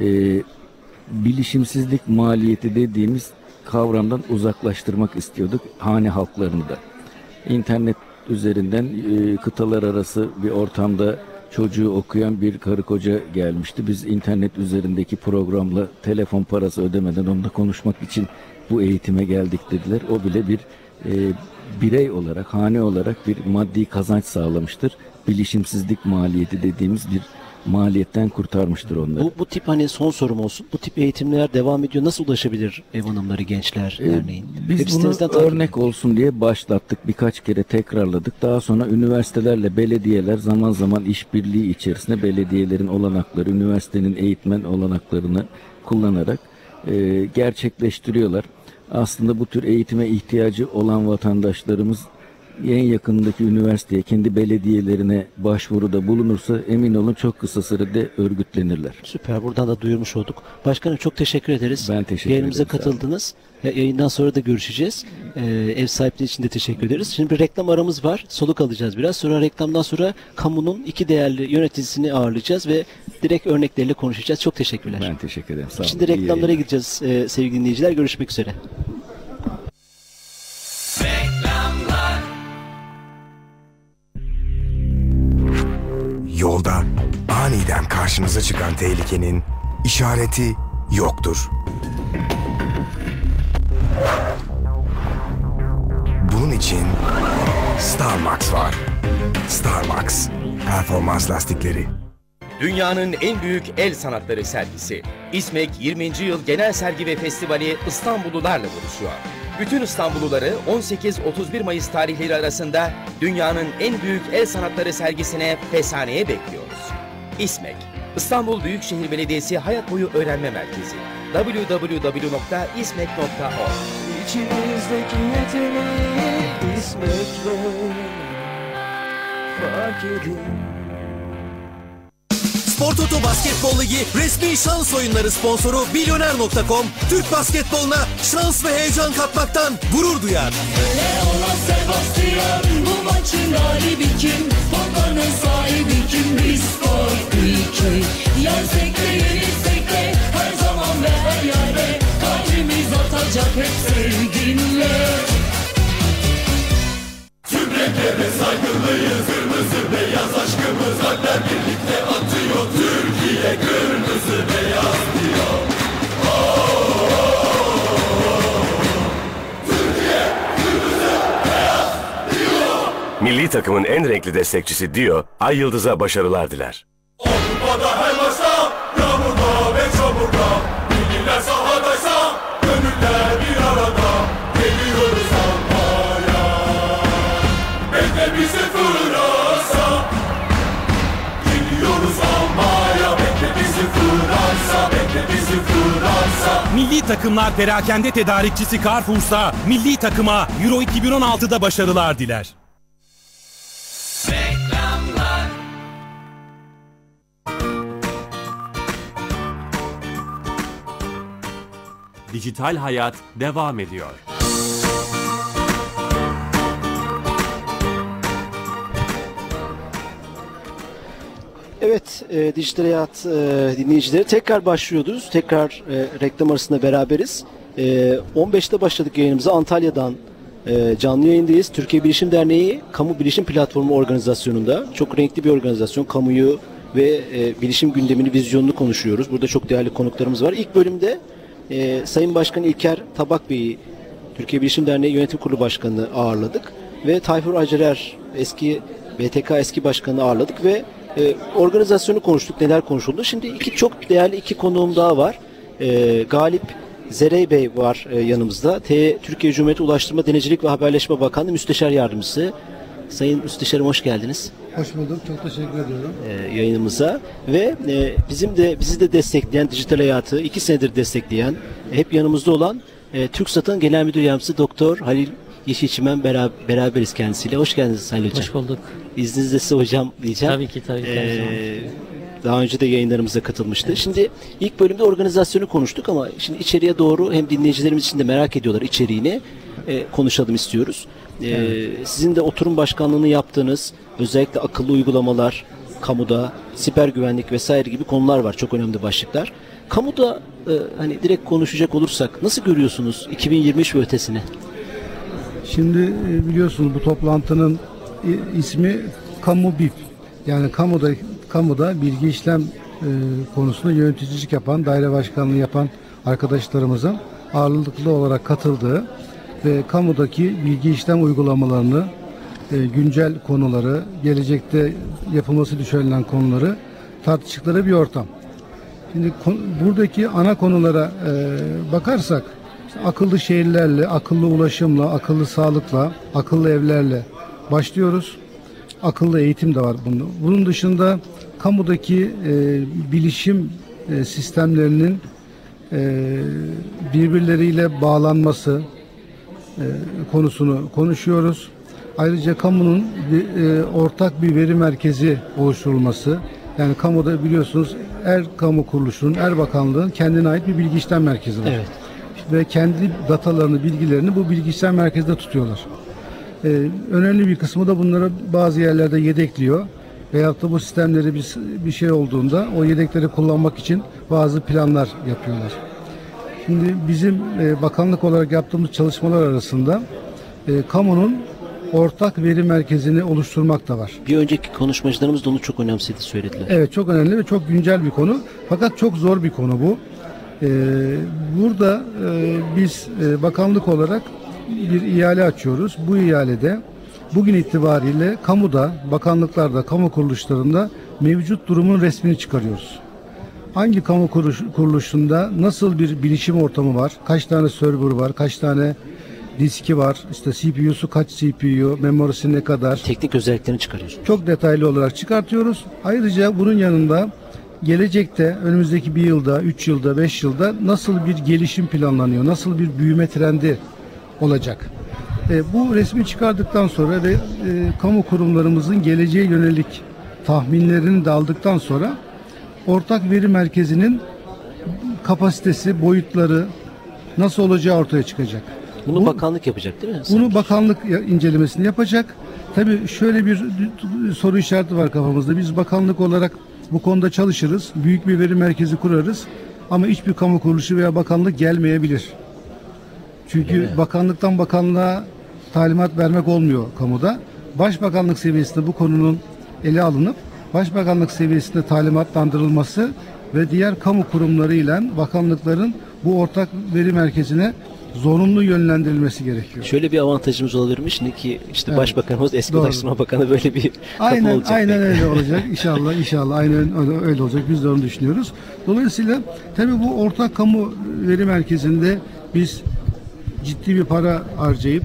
bilişimsizlik maliyeti dediğimiz kavramdan uzaklaştırmak istiyorduk hane halklarını da. İnternet üzerinden kıtalar arası bir ortamda çocuğu okuyan bir karı koca gelmişti. Biz internet üzerindeki programla telefon parası ödemeden onunla konuşmak için bu eğitime geldik dediler. O bile bir birey olarak, hane olarak bir maddi kazanç sağlamıştır. Bilişimsizlik maliyeti dediğimiz bir maliyetten kurtarmıştır onları. Bu tip hani son sorum olsun. Bu tip eğitimler devam ediyor. Nasıl ulaşabilir ev hanımları, gençler derneğin? Biz bunu örnek olsun diye başlattık. Birkaç kere tekrarladık. Daha sonra üniversitelerle belediyeler zaman zaman işbirliği içerisinde belediyelerin olanakları, üniversitenin eğitmen olanaklarını kullanarak gerçekleştiriyorlar. Aslında bu tür eğitime ihtiyacı olan vatandaşlarımız en yakındaki üniversiteye, kendi belediyelerine başvuruda bulunursa emin olun çok kısa sürede örgütlenirler. Süper. Buradan da duyurmuş olduk. Başkanım çok teşekkür ederiz. Ben teşekkür ederim. Yayınımıza katıldınız. Yayından sonra da görüşeceğiz. Ev sahipleri için de teşekkür ederiz. Şimdi bir reklam aramız var. Soluk alacağız biraz. Sonra reklamdan sonra kamunun iki değerli yöneticisini ağırlayacağız ve direkt örnekleriyle konuşacağız. Çok teşekkürler. Ben teşekkür ederim. Sağ olun. Şimdi reklamlara İyi yayınlar. gideceğiz sevgili dinleyiciler. Görüşmek üzere. Yolda aniden karşınıza çıkan tehlikenin işareti yoktur. Bunun için Starmax var. Starmax, performans lastikleri. Dünyanın en büyük el sanatları sergisi. İSMEK 20. Yıl Genel Sergi ve Festivali İstanbullularla buluşuyor. Bütün İstanbulluları 18-31 Mayıs tarihleri arasında dünyanın en büyük el sanatları sergisine Fesane'ye bekliyoruz. İSMEK, İstanbul Büyükşehir Belediyesi Hayat Boyu Öğrenme Merkezi. www.ismek.org. İçimizdeki yeteneği İsmek'le fark edin. Spor Toto Basketbol Ligi resmi şans oyunları sponsoru Milyoner.com, Türk basketboluna şans ve heyecan katmaktan gurur duyar. Leona Sebastian, bu maçın galibi kim? Babanın sahibi kim? Biz spor ülke. Yensek de yenilsek de her zaman ve her yerde kalbimiz atacak hep sevginle. Tüm renklere saygılıyız, kırmızı beyaz aşkımız kalpler birlikte atıyor. Türkiye kırmızı beyaz diyor. Türkiye kırmızı beyaz diyor. Milli takımın en renkli destekçisi Dio, Ay Yıldız'a başarılar diler. Avrupa'da her maçta, yağmurda ve çamurda, milliler sahadaysa, gönüller bir arada, geliyoruz Almanya. Bekle bizi Fransa, geliyoruz Almanya. Bekle bizi Fransa, bekle bizi Fransa. Milli takımlar perakende tedarikçisi Carrefour'sa milli takıma Euro 2016'da başarılar diler. Dijital hayat devam ediyor. Evet, Dijital Hayat dinleyicileri tekrar başlıyoruz. Tekrar reklam arasında beraberiz. 15'te başladık yayınımıza. Antalya'dan canlı yayındayız. Türkiye Bilişim Derneği Kamu Bilişim Platformu organizasyonunda. Çok renkli bir organizasyon. Kamuyu ve bilişim gündemini, vizyonunu konuşuyoruz. Burada çok değerli konuklarımız var. İlk bölümde Sayın Başkan İlker Tabak Bey'i Türkiye Bilişim Derneği Yönetim Kurulu Başkanı'nı ağırladık ve Tayfur Acerer, eski BTK eski başkanı ağırladık ve organizasyonu konuştuk, neler konuşuldu. Şimdi çok değerli iki konuğum daha var. Galip Zerey Bey var yanımızda. Türkiye Cumhuriyeti Ulaştırma, Denizcilik ve Haberleşme Bakanlığı Müsteşar Yardımcısı. Sayın Müsteşarım hoş geldiniz. Hoş bulduk. Çok teşekkür ediyorum. Yayınımıza ve bizi de destekleyen, dijital hayatı 2 senedir destekleyen, hep yanımızda olan TürkSat'ın Genel Müdür Yardımcısı Doktor Halil Yeşilçimen beraberiz kendisiyle. Hoş geldiniz Halil Hocam. Hoş bulduk. İzninizle size hocam diyeceğim. Tabii ki. Daha önce de yayınlarımıza katılmıştı. Evet. Şimdi ilk bölümde organizasyonu konuştuk ama şimdi içeriye doğru hem dinleyicilerimiz için de merak ediyorlar içeriğini konuşalım istiyoruz. Evet. Sizin de oturum başkanlığını yaptığınız özellikle akıllı uygulamalar, kamuda, siber güvenlik vesaire gibi konular var. Çok önemli başlıklar. Kamuda hani direkt konuşacak olursak nasıl görüyorsunuz 2023 ve ötesini? Şimdi biliyorsunuz bu toplantının ismi Kamu BIP. Yani kamuda bilgi işlem konusunda yöneticilik yapan, daire başkanlığı yapan arkadaşlarımızın ağırlıklı olarak katıldığı ve kamudaki bilgi işlem uygulamalarını, güncel konuları, gelecekte yapılması düşünülen konuları tartıştıkları bir ortam. Şimdi buradaki ana konulara bakarsak akıllı şehirlerle, akıllı ulaşımla, akıllı sağlıkla, akıllı evlerle başlıyoruz. Akıllı eğitim de var bunda. Bunun dışında kamudaki bilişim sistemlerinin birbirleriyle bağlanması konusunu konuşuyoruz. Ayrıca kamunun ortak bir veri merkezi oluşturulması. Yani kamuda biliyorsunuz her kamu kuruluşunun, her bakanlığın kendine ait bir bilgi işlem merkezi var. Evet. Ve kendi datalarını, bilgilerini bu bilgi işlem merkezinde tutuyorlar. Önemli bir kısmı da bunları bazı yerlerde yedekliyor. Veyahut da bu sistemleri bir şey olduğunda o yedekleri kullanmak için bazı planlar yapıyorlar. Şimdi bizim bakanlık olarak yaptığımız çalışmalar arasında kamunun ortak veri merkezini oluşturmak da var. Bir önceki konuşmacılarımız da onu çok önemsedi, söylediler. Evet, çok önemli ve çok güncel bir konu. Fakat çok zor bir konu bu. Burada biz bakanlık olarak bir ihale açıyoruz. Bu ihalede bugün itibariyle kamuda, bakanlıklarda, kamu kuruluşlarında mevcut durumun resmini çıkarıyoruz. Hangi kamu kuruluşunda nasıl bir bilişim ortamı var, kaç tane server var, kaç tane diski var, işte CPU'su kaç CPU, memorisi ne kadar. Teknik özelliklerini çıkarıyoruz. Çok detaylı olarak çıkartıyoruz. Ayrıca bunun yanında gelecekte, önümüzdeki bir yılda, 3 yılda, 5 yılda nasıl bir gelişim planlanıyor, nasıl bir büyüme trendi olacak. Bu resmi çıkardıktan sonra ve kamu kurumlarımızın geleceğe yönelik tahminlerini de aldıktan sonra ortak veri merkezinin kapasitesi, boyutları nasıl olacağı ortaya çıkacak. Bunu bakanlık yapacak değil mi? Bunu bakanlık incelemesini yapacak. Tabii şöyle bir soru işareti var kafamızda. Biz bakanlık olarak bu konuda çalışırız. Büyük bir veri merkezi kurarız. Ama hiçbir kamu kuruluşu veya bakanlık gelmeyebilir. Çünkü bakanlıktan bakanlığa talimat vermek olmuyor kamuda. Başbakanlık seviyesinde bu konunun ele alınıp başbakanlık seviyesinde talimatlandırılması ve diğer kamu kurumlarıyla bakanlıkların bu ortak veri merkezine zorunlu yönlendirilmesi gerekiyor. Şöyle bir avantajımız olabilirmiş ki işte evet. Başbakanımız, eski Ulaştırma Bakanı böyle bir kapı olacak. Aynen öyle olacak. İnşallah aynen öyle olacak. Biz de onu düşünüyoruz. Dolayısıyla tabii bu ortak kamu veri merkezinde biz ciddi bir para harcayıp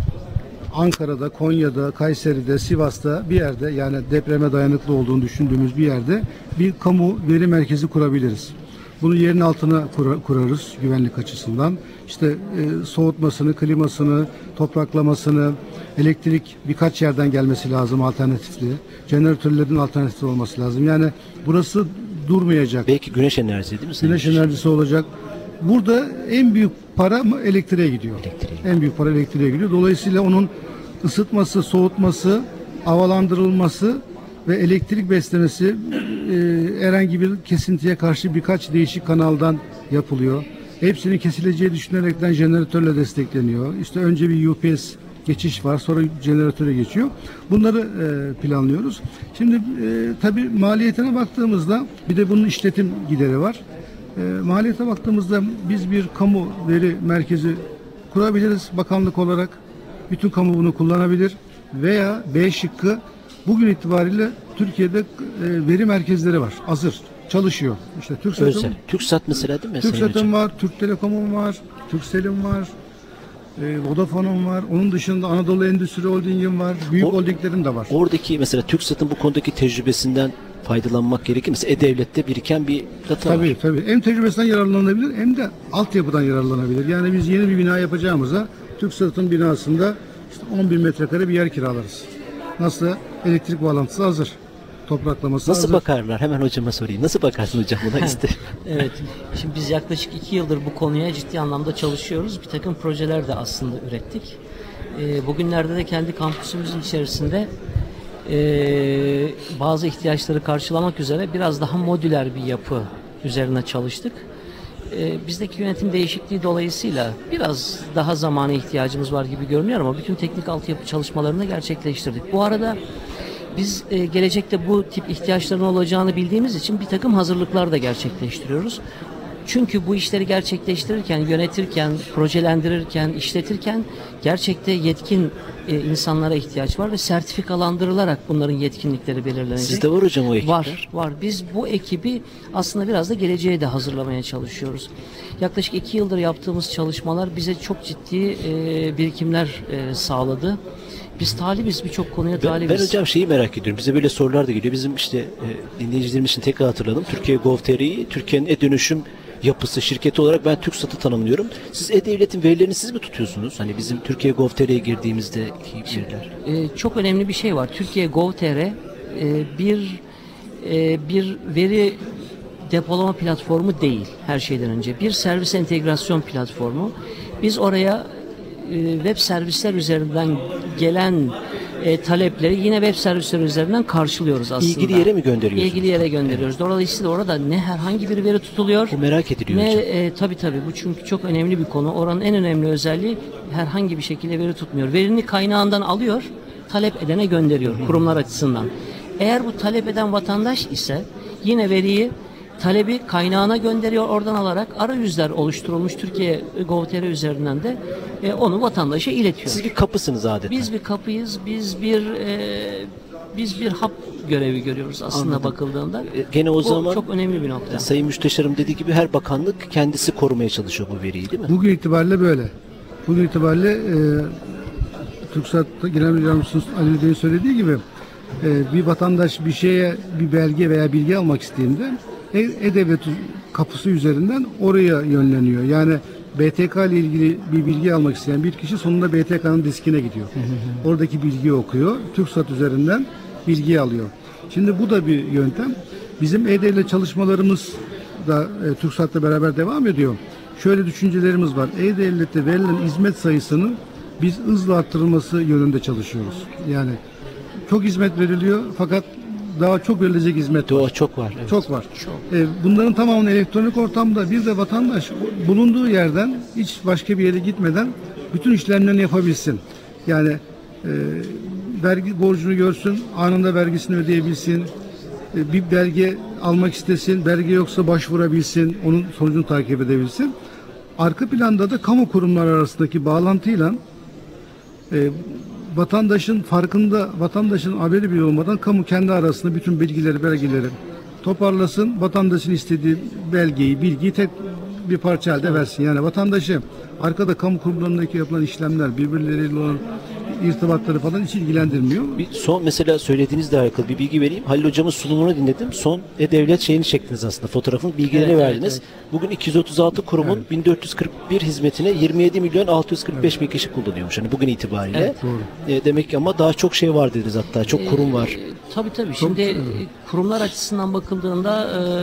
Ankara'da, Konya'da, Kayseri'de, Sivas'ta bir yerde, yani depreme dayanıklı olduğunu düşündüğümüz bir yerde bir kamu veri merkezi kurabiliriz. Bunu yerin altına kurarız güvenlik açısından. İşte soğutmasını, klimasını, topraklamasını, elektrik birkaç yerden gelmesi lazım alternatifli. Jeneratörlerin alternatifli olması lazım. Yani burası durmayacak. Belki güneş enerjisi değil mi? Güneş enerjisi olacak. Burada en büyük para elektriğe gidiyor. En büyük para elektriğe gidiyor. Dolayısıyla onun ısıtması, soğutması, havalandırılması ve elektrik beslemesi herhangi bir kesintiye karşı birkaç değişik kanaldan yapılıyor. Hepsinin kesileceği düşünerekten jeneratörle destekleniyor. İşte önce bir UPS geçiş var, sonra jeneratöre geçiyor. Bunları planlıyoruz. Şimdi tabii maliyetine baktığımızda bir de bunun işletim gideri var. Maliyete baktığımızda biz bir kamu veri merkezi kurabiliriz bakanlık olarak. Bütün kamu bunu kullanabilir. Veya B şıkkı, bugün itibariyle Türkiye'de veri merkezleri var. Hazır. Çalışıyor. İşte TürkSat mesela değil mi? TürkSat'ın var, Türk Telekom'un var, Turkcell'in var, Vodafone'un var. Onun dışında Anadolu Endüstri Holding'in var. Büyük holdinglerin de var. Oradaki mesela TürkSat'ın bu konudaki tecrübesinden faydalanmak gerekir. Mesela E-Devlet'te biriken bir data var. Tabii. Hem tecrübesinden yararlanabilir hem de altyapıdan yararlanabilir. Yani biz yeni bir bina yapacağımıza TürkSat'ın binasında işte 10.000 metrekare bir yer kiralarız. Nasıl? Elektrik bağlantısı hazır. Topraklaması Nasıl hazır. bakarlar? Hemen hocama sorayım. Nasıl bakarsın hocam buna ister? Evet. Şimdi biz yaklaşık 2 yıldır bu konuya ciddi anlamda çalışıyoruz. Bir takım projeler de aslında ürettik. Bugünlerde de kendi kampüsümüzün içerisinde bazı ihtiyaçları karşılamak üzere biraz daha modüler bir yapı üzerine çalıştık. Bizdeki yönetim değişikliği dolayısıyla biraz daha zamana ihtiyacımız var gibi görünüyor ama bütün teknik altyapı çalışmalarını gerçekleştirdik. Bu arada biz gelecekte bu tip ihtiyaçların olacağını bildiğimiz için bir takım hazırlıklar da gerçekleştiriyoruz. Çünkü bu işleri gerçekleştirirken, yönetirken, projelendirirken, işletirken gerçekte yetkin insanlara ihtiyaç var ve sertifikalandırılarak bunların yetkinlikleri belirlenecek. Sizde var hocam o ekipler. Var. Biz bu ekibi aslında biraz da geleceğe de hazırlamaya çalışıyoruz. Yaklaşık 2 yıldır yaptığımız çalışmalar bize çok ciddi birikimler sağladı. Biz talibiz, birçok konuya talibiz. Ben hocam şeyi merak ediyorum. Bize böyle sorular da geliyor. Bizim işte dinleyicilerimiz için tekrar hatırladım. Türkiye Gov.tr'yi Türkiye'nin e-dönüşüm yapısı, şirketi olarak ben TürkSat'ı tanımlıyorum. Siz E-Devlet'in verilerini siz mi tutuyorsunuz? Hani bizim Türkiye Gov.tr'ye girdiğimizde veriler. Çok önemli bir şey var. Türkiye Gov.tr bir veri depolama platformu değil her şeyden önce. Bir servis entegrasyon platformu. Biz oraya web servisler üzerinden gelen talepleri yine web servisleri üzerinden karşılıyoruz aslında. İlgili yere mi gönderiyorsunuz? İlgili yere gönderiyoruz. Dolayısıyla orada ne herhangi bir veri tutuluyor. Bu merak ediliyor hocam. Tabii bu çünkü çok önemli bir konu. Oranın en önemli özelliği herhangi bir şekilde veri tutmuyor. Verini kaynağından alıyor, talep edene gönderiyor kurumlar açısından. Eğer bu talep eden vatandaş ise yine veriyi talebi kaynağına gönderiyor, oradan alarak arayüzler oluşturulmuş Türkiye Gov.tr üzerinden de onu vatandaşa iletiyor. Siz bir kapısınız adeta. Biz bir kapıyız, biz bir hub görevi görüyoruz aslında. Anladım. Bakıldığında. Gene o zaman çok önemli bir nokta. Sayın Müsteşarım dediği gibi her bakanlık kendisi korumaya çalışıyor bu veriyi, değil mi? Bugün itibariyle böyle. Bugün itibariyle TürkSat Genel Müdür Yardımcısı Ali Bey'in söylediği gibi bir vatandaş bir şeye bir belge veya bilgi almak istediğinde E-Devlet kapısı üzerinden oraya yönleniyor. Yani BTK ile ilgili bir bilgi almak isteyen bir kişi sonunda BTK'nın diskine gidiyor. Oradaki bilgiyi okuyor. TürkSat üzerinden bilgiyi alıyor. Şimdi bu da bir yöntem. Bizim E-Devlet çalışmalarımız da TürkSat'la beraber devam ediyor. Şöyle düşüncelerimiz var. E-Devlet'te verilen hizmet sayısını biz hızla arttırılması yönünde çalışıyoruz. Yani çok hizmet veriliyor fakat daha çok verilecek hizmet var. Çok var. Evet. Çok var. Bunların tamamını elektronik ortamda bir de vatandaş bulunduğu yerden hiç başka bir yere gitmeden bütün işlemlerini yapabilsin. Yani vergi borcunu görsün, anında vergisini ödeyebilsin, bir belge almak istesin, belge yoksa başvurabilsin, onun sonucunu takip edebilsin. Arka planda da kamu kurumları arasındaki bağlantıyla vatandaşın farkında, vatandaşın haberi bile olmadan kamu kendi arasında bütün bilgileri, belgeleri toparlasın. Vatandaşın istediği belgeyi, bilgiyi tek bir parça halde versin. Yani vatandaşı arkada kamu kurumlarındaki yapılan işlemler, birbirleriyle olan irtibatları falan hiç ilgilendirmiyor. Bir son mesela söylediğinizle alakalı bir bilgi vereyim. Halil hocamın sunumunu dinledim. Son E-Devlet şeyini çektiniz aslında. Fotoğrafın bilgilerini verdiniz. Evet. Bugün 236 kurumun 1441 hizmetine 27.645.000 kişi kullanıyormuş. Hani bugün itibariyle. Evet, demek ki ama daha çok şey var dediniz hatta. Çok kurum var. Tabii. Şimdi kurumlar açısından bakıldığında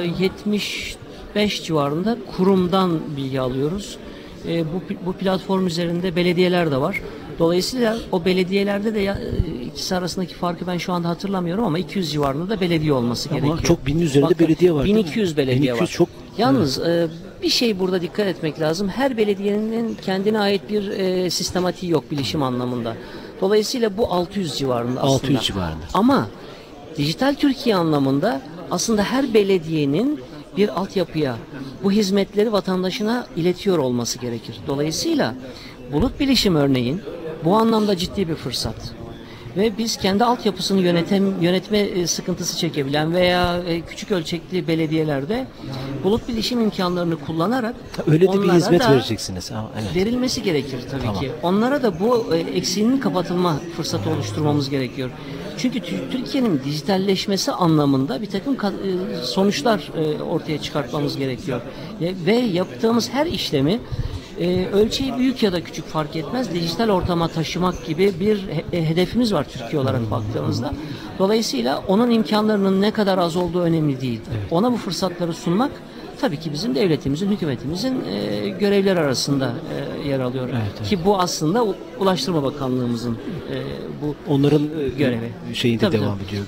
75 civarında kurumdan bilgi alıyoruz. Bu platform üzerinde belediyeler de var. Dolayısıyla o belediyelerde de ikisi arasındaki farkı ben şu anda hatırlamıyorum ama 200 civarında da belediye olması gerekiyor. Çok 1000'in üzerinde belediye var. 1200 belediye 1200 var. Çok. Yalnız bir şey burada dikkat etmek lazım. Her belediyenin kendine ait bir sistematiği yok bilişim anlamında. Dolayısıyla bu 600 civarında aslında. 600 civarında. Ama dijital Türkiye anlamında aslında her belediyenin bir altyapıya bu hizmetleri vatandaşına iletiyor olması gerekir. Dolayısıyla Bulut bilişim örneğin bu anlamda ciddi bir fırsat. Ve biz kendi altyapısını yönetme sıkıntısı çekebilen veya küçük ölçekli belediyelerde bulut bilişim imkanlarını kullanarak öyle de bir onlara hizmet da vereceksiniz. Evet. verilmesi gerekir tabii ki. Onlara da bu eksiğinin kapatılma fırsatı oluşturmamız gerekiyor. Çünkü Türkiye'nin dijitalleşmesi anlamında bir takım sonuçlar ortaya çıkartmamız gerekiyor. Ve yaptığımız her işlemi ölçeği büyük ya da küçük fark etmez dijital ortama taşımak gibi bir hedefimiz var Türkiye olarak baktığımızda. Dolayısıyla onun imkanlarının ne kadar az olduğu önemli değil. Ona bu fırsatları sunmak tabii ki bizim devletimizin, hükümetimizin görevleri arasında yer alıyor. Ki bu aslında Ulaştırma Bakanlığımızın bu onların görevi. Şeyinde devam ediyor.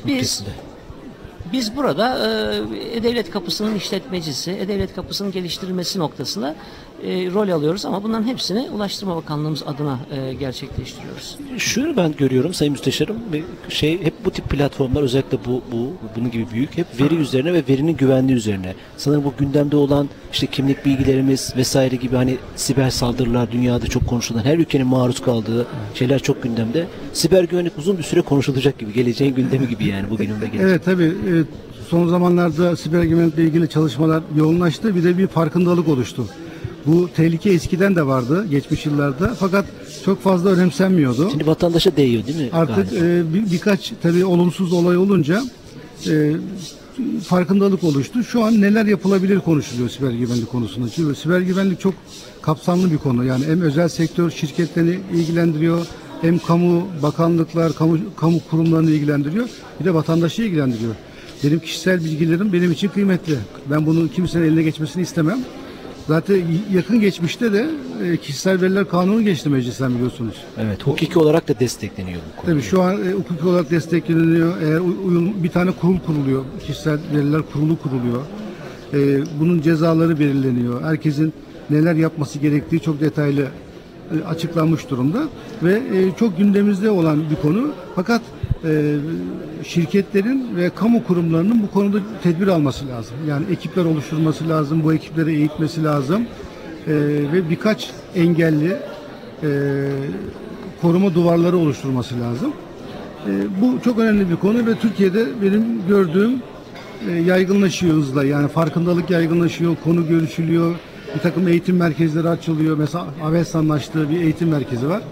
Biz burada E-Devlet Kapısı'nın işletmecisi, E-Devlet Kapısı'nın geliştirilmesi noktasında rol alıyoruz ama bunların hepsini Ulaştırma Bakanlığımız adına gerçekleştiriyoruz. Şunu ben görüyorum Sayın Müsteşarım, hep bu tip platformlar özellikle bunun gibi büyük hep veri üzerine ve verinin güvenliği üzerine. Sanırım bu gündemde olan işte kimlik bilgilerimiz vesaire gibi hani siber saldırılar dünyada çok konuşulan, her ülkenin maruz kaldığı şeyler çok gündemde. Siber güvenlik uzun bir süre konuşulacak gibi, geleceğin gündemi gibi yani bugünün ve gelecek. Evet tabii. Son zamanlarda siber güvenlikle ilgili çalışmalar yoğunlaştı. Bir de bir farkındalık oluştu. Bu tehlike eskiden de vardı geçmiş yıllarda fakat çok fazla önemsenmiyordu. Şimdi vatandaşa değiyor değil mi? Artık birkaç tabii olumsuz olay olunca farkındalık oluştu. Şu an neler yapılabilir konuşuluyor siber güvenlik konusunda. Çünkü siber güvenlik çok kapsamlı bir konu. Yani hem özel sektör şirketlerini ilgilendiriyor, hem kamu bakanlıklar, kamu kurumlarını ilgilendiriyor. Bir de vatandaşı ilgilendiriyor. Benim kişisel bilgilerim benim için kıymetli. Ben bunun kimsenin eline geçmesini istemem. Zaten yakın geçmişte de kişisel veriler kanunu geçti meclisten biliyorsunuz. Evet, hukuki olarak da destekleniyor bu konu. Tabii şu an hukuki olarak destekleniyor. Eğer bir tane kurul kuruluyor. Kişisel veriler kurulu kuruluyor. Bunun cezaları belirleniyor. Herkesin neler yapması gerektiği çok detaylı açıklanmış durumda ve çok gündemimizde olan bir konu. Fakat şirketlerin ve kamu kurumlarının bu konuda tedbir alması lazım. Yani ekipler oluşturması lazım, bu ekipleri eğitmesi lazım ve birkaç engelli koruma duvarları oluşturması lazım. Bu çok önemli bir konu ve Türkiye'de benim gördüğüm yaygınlaşıyor hızla. Yani farkındalık yaygınlaşıyor, konu görüşülüyor. Bir takım eğitim merkezleri açılıyor. Mesela Avelsan'ın açtığı bir eğitim merkezi var.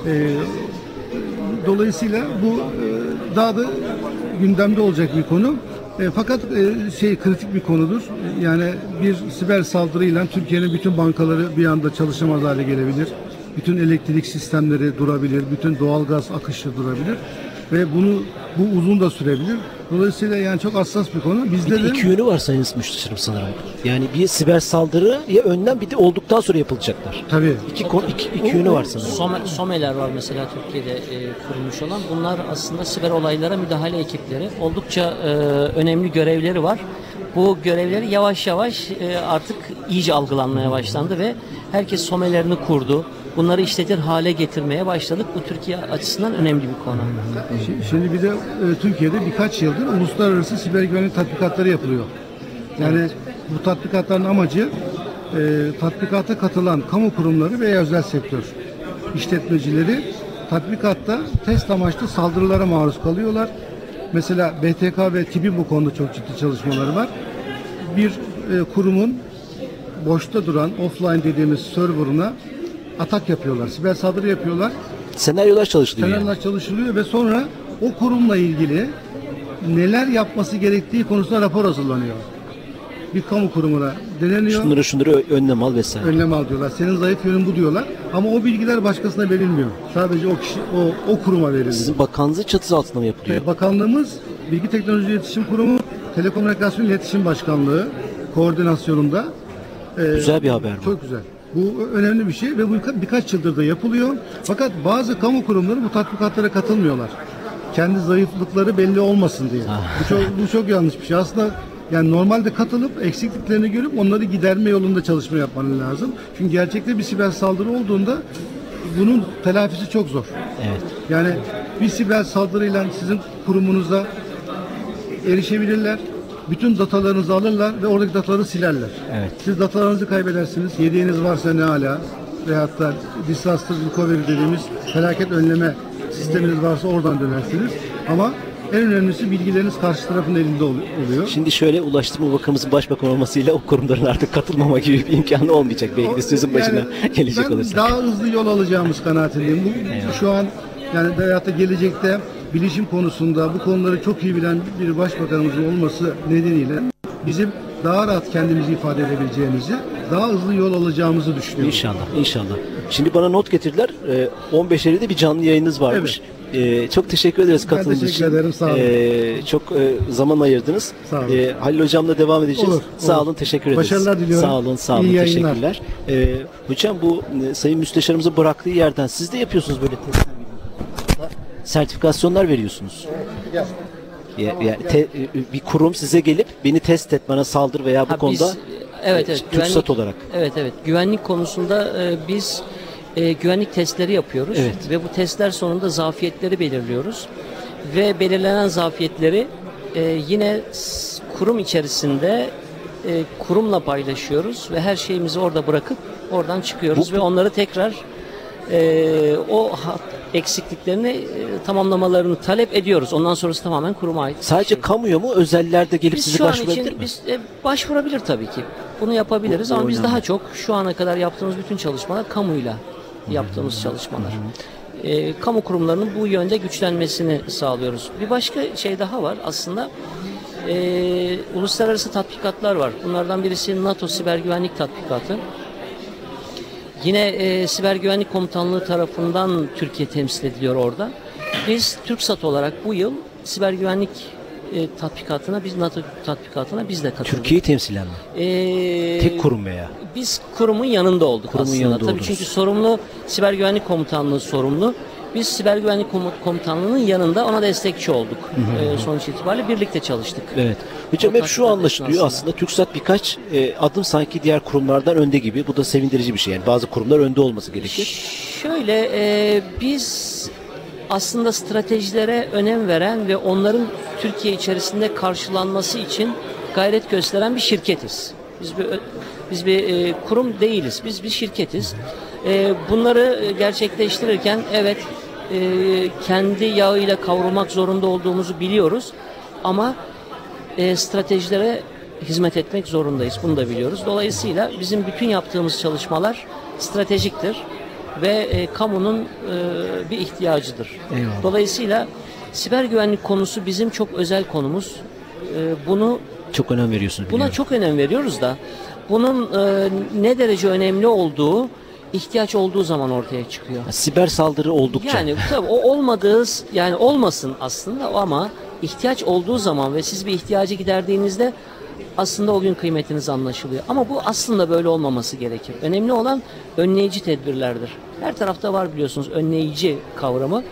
Dolayısıyla bu daha da gündemde olacak bir konu. Fakat kritik bir konudur. Yani bir siber saldırıyla Türkiye'nin bütün bankaları bir anda çalışamaz hale gelebilir. Bütün elektrik sistemleri durabilir, bütün doğalgaz akışı durabilir ve bu uzun da sürebilir. Dolayısıyla yani çok hassas bir konu. Bizde bir de iki yönü var Sayın Müsteşarım sanırım. Yani bir siber saldırıya önlem bir de olduktan sonra yapılacaklar. Tabii. İki yönü var sanırım. SOME'ler var mesela Türkiye'de kurulmuş olan. Bunlar aslında siber olaylara müdahale ekipleri. Oldukça önemli görevleri var. Bu görevleri yavaş yavaş artık iyice algılanmaya başlandı ve herkes SOME'lerini kurdu. Bunları işletir hale getirmeye başladık. Bu Türkiye açısından önemli bir konu. Şimdi bir de Türkiye'de birkaç yıldır uluslararası siber güvenlik tatbikatları yapılıyor. Yani bu tatbikatların amacı tatbikata katılan kamu kurumları veya özel sektör işletmecileri tatbikatta test amaçlı saldırılara maruz kalıyorlar. Mesela BTK ve TİB'in bu konuda çok ciddi çalışmaları var. Bir kurumun boşta duran offline dediğimiz serverına atak yapıyorlar, siber saldırı yapıyorlar. Senaryolar çalışılıyor. Senaryolar çalışılıyor ve sonra o kurumla ilgili neler yapması gerektiği konusunda rapor hazırlanıyor. Bir kamu kurumuna deneniyor. Şunları önlem al vesaire. Önlem al diyorlar. Senin zayıf yönün bu diyorlar. Ama o bilgiler başkasına verilmiyor. Sadece o kişi, o kuruma veriliyor. Sizin bakanlığınızın çatısı altında mı yapılıyor? Bakanlığımız Bilgi Teknoloji İletişim Kurumu, Telekomünikasyon İletişim Başkanlığı koordinasyonunda. Güzel bir haber bu. Çok güzel. Bu önemli bir şey ve bu birkaç yıldır da yapılıyor. Fakat bazı kamu kurumları bu tatbikatlara katılmıyorlar. Kendi zayıflıkları belli olmasın diye. Bu çok yanlış bir şey. Aslında yani normalde katılıp eksikliklerini görüp onları giderme yolunda çalışma yapman lazım. Çünkü gerçekte bir siber saldırı olduğunda bunun telafisi çok zor. Evet. Yani bir siber saldırıyla sizin kurumunuza erişebilirler. Bütün datalarınızı alırlar ve oradaki dataları silerler. Evet. Siz datalarınızı kaybedersiniz. Yediğiniz varsa ne hala. veyahut da disaster recovery dediğimiz felaket önleme sisteminiz varsa oradan dönersiniz. Ama en önemlisi bilgileriniz karşı tarafın elinde oluyor. Şimdi şöyle, Ulaştırma Bakanımızın başbakan olmasıyla o kurumların artık katılmama gibi bir imkanı olmayacak. Belki de sözün başına gelecek olursak. Ben daha hızlı yol alacağımız kanaatindeyim. Şu an yani veyahut da gelecekte bilişim konusunda bu konuları çok iyi bilen bir başbakanımızın olması nedeniyle bizim daha rahat kendimizi ifade edebileceğimizi, daha hızlı yol alacağımızı düşünüyorum. İnşallah, inşallah. Şimdi bana not getirdiler. 15 Eylül'de bir canlı yayınınız varmış. Evet. Çok teşekkür ederiz katıldığınız için. Ben teşekkür ederim, sağ olun. Çok zaman ayırdınız. Sağ olun. Halil Hocam'la devam edeceğiz. Olur. Sağ olun, teşekkür ederiz. Başarılar diliyorum. Sağ olun, İyi teşekkürler. Hocam bu Sayın Müsteşarımızın bıraktığı yerden siz de yapıyorsunuz böyle testler. Sertifikasyonlar veriyorsunuz. Yani bir kurum size gelip beni test et, bana saldır veya bu konuda evet, TürkSat olarak. Evet. Güvenlik konusunda biz güvenlik testleri yapıyoruz. Evet. Ve bu testler sonunda zafiyetleri belirliyoruz. Ve belirlenen zafiyetleri yine kurum içerisinde kurumla paylaşıyoruz ve her şeyimizi orada bırakıp oradan çıkıyoruz ve onları tekrar o eksikliklerini tamamlamalarını talep ediyoruz. Ondan sonrası tamamen kuruma ait. Sadece kamuya mı, özeller de gelip sizi başvurabilir mi? Biz başvurabilir tabii ki. Bunu yapabiliriz ama biz daha çok şu ana kadar yaptığımız bütün çalışmalar kamuyla yaptığımız çalışmalar. Kamu kurumlarının bu yönde güçlenmesini sağlıyoruz. Bir başka şey daha var aslında. Uluslararası tatbikatlar var. Bunlardan birisi NATO Siber Güvenlik Tatbikatı. Yine Siber Güvenlik Komutanlığı tarafından Türkiye temsil ediliyor orada. Biz TürkSat olarak bu yıl siber güvenlik tatbikatına, biz NATO tatbikatına biz de katıldık. Türkiye'yi temsilen mi? Tek kurum veya? Biz kurumun yanında olduk aslında. Tabii çünkü sorumlu Siber Güvenlik Komutanlığı sorumlu. Biz Siber Güvenlik Komutanlığı'nın yanında ona destekçi olduk. Sonuç itibariyle birlikte çalıştık. Evet. Hocam hep şu anlaşılıyor aslında. TürkSat birkaç adım sanki diğer kurumlardan önde gibi. Bu da sevindirici bir şey. Yani bazı kurumlar önde olması gerekir. Şöyle biz aslında stratejilere önem veren ve onların Türkiye içerisinde karşılanması için gayret gösteren bir şirketiz. Biz bir kurum değiliz. Biz bir şirketiz. Bunları gerçekleştirirken evet kendi yağıyla kavrulmak zorunda olduğumuzu biliyoruz. Ama stratejilere hizmet etmek zorundayız. Bunu da biliyoruz. Dolayısıyla bizim bütün yaptığımız çalışmalar stratejiktir ve kamunun bir ihtiyacıdır. Eyvallah. Dolayısıyla siber güvenlik konusu bizim çok özel konumuz. Bunu çok önem veriyorsunuz. Buna çok önem veriyoruz da bunun ne derece önemli olduğu ihtiyaç olduğu zaman ortaya çıkıyor. Siber saldırı oldukça. Yani tabii o olmadığı, yani olmasın aslında ama ihtiyaç olduğu zaman ve siz bir ihtiyacı giderdiğinizde aslında o gün kıymetiniz anlaşılıyor. Ama bu aslında böyle olmaması gerekir. Önemli olan önleyici tedbirlerdir. Her tarafta var biliyorsunuz önleyici kavramı.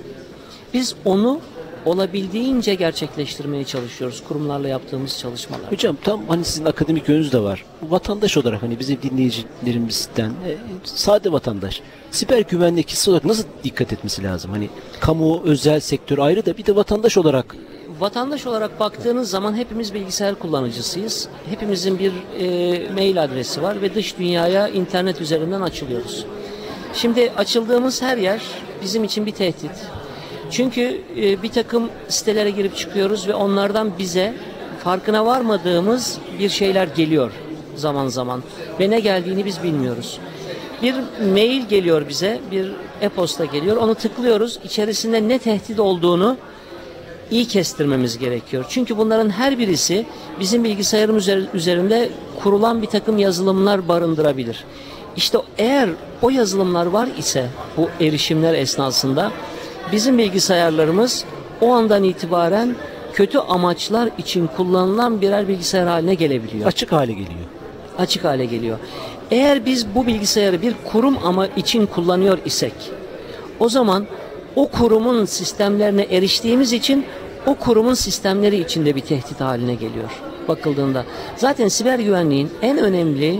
Biz onu olabildiğince gerçekleştirmeye çalışıyoruz kurumlarla yaptığımız çalışmalar. Hocam tam hani sizin akademik yönünüz de var. Vatandaş olarak hani bizim dinleyicilerimizden sade vatandaş siber güvenlik hissi olarak nasıl dikkat etmesi lazım? Hani kamu, özel sektör ayrı da bir de vatandaş olarak. Vatandaş olarak baktığınız zaman hepimiz bilgisayar kullanıcısıyız. Hepimizin bir mail adresi var ve dış dünyaya internet üzerinden açılıyoruz. Şimdi açıldığımız her yer bizim için bir tehdit. Çünkü bir takım sitelere girip çıkıyoruz ve onlardan bize farkına varmadığımız bir şeyler geliyor zaman zaman. Ve ne geldiğini biz bilmiyoruz. Bir mail geliyor bize, bir e-posta geliyor. Onu tıklıyoruz. İçerisinde ne tehdit olduğunu iyi kestirmemiz gerekiyor. Çünkü bunların her birisi bizim bilgisayarımız üzerinde kurulan bir takım yazılımlar barındırabilir. İşte eğer o yazılımlar var ise bu erişimler esnasında bizim bilgisayarlarımız o andan itibaren kötü amaçlar için kullanılan birer bilgisayar haline gelebiliyor. Açık hale geliyor. Açık hale geliyor. Eğer biz bu bilgisayarı bir kurum ama için kullanıyor isek, o zaman o kurumun sistemlerine eriştiğimiz için o kurumun sistemleri içinde bir tehdit haline geliyor bakıldığında. Zaten siber güvenliğin en önemli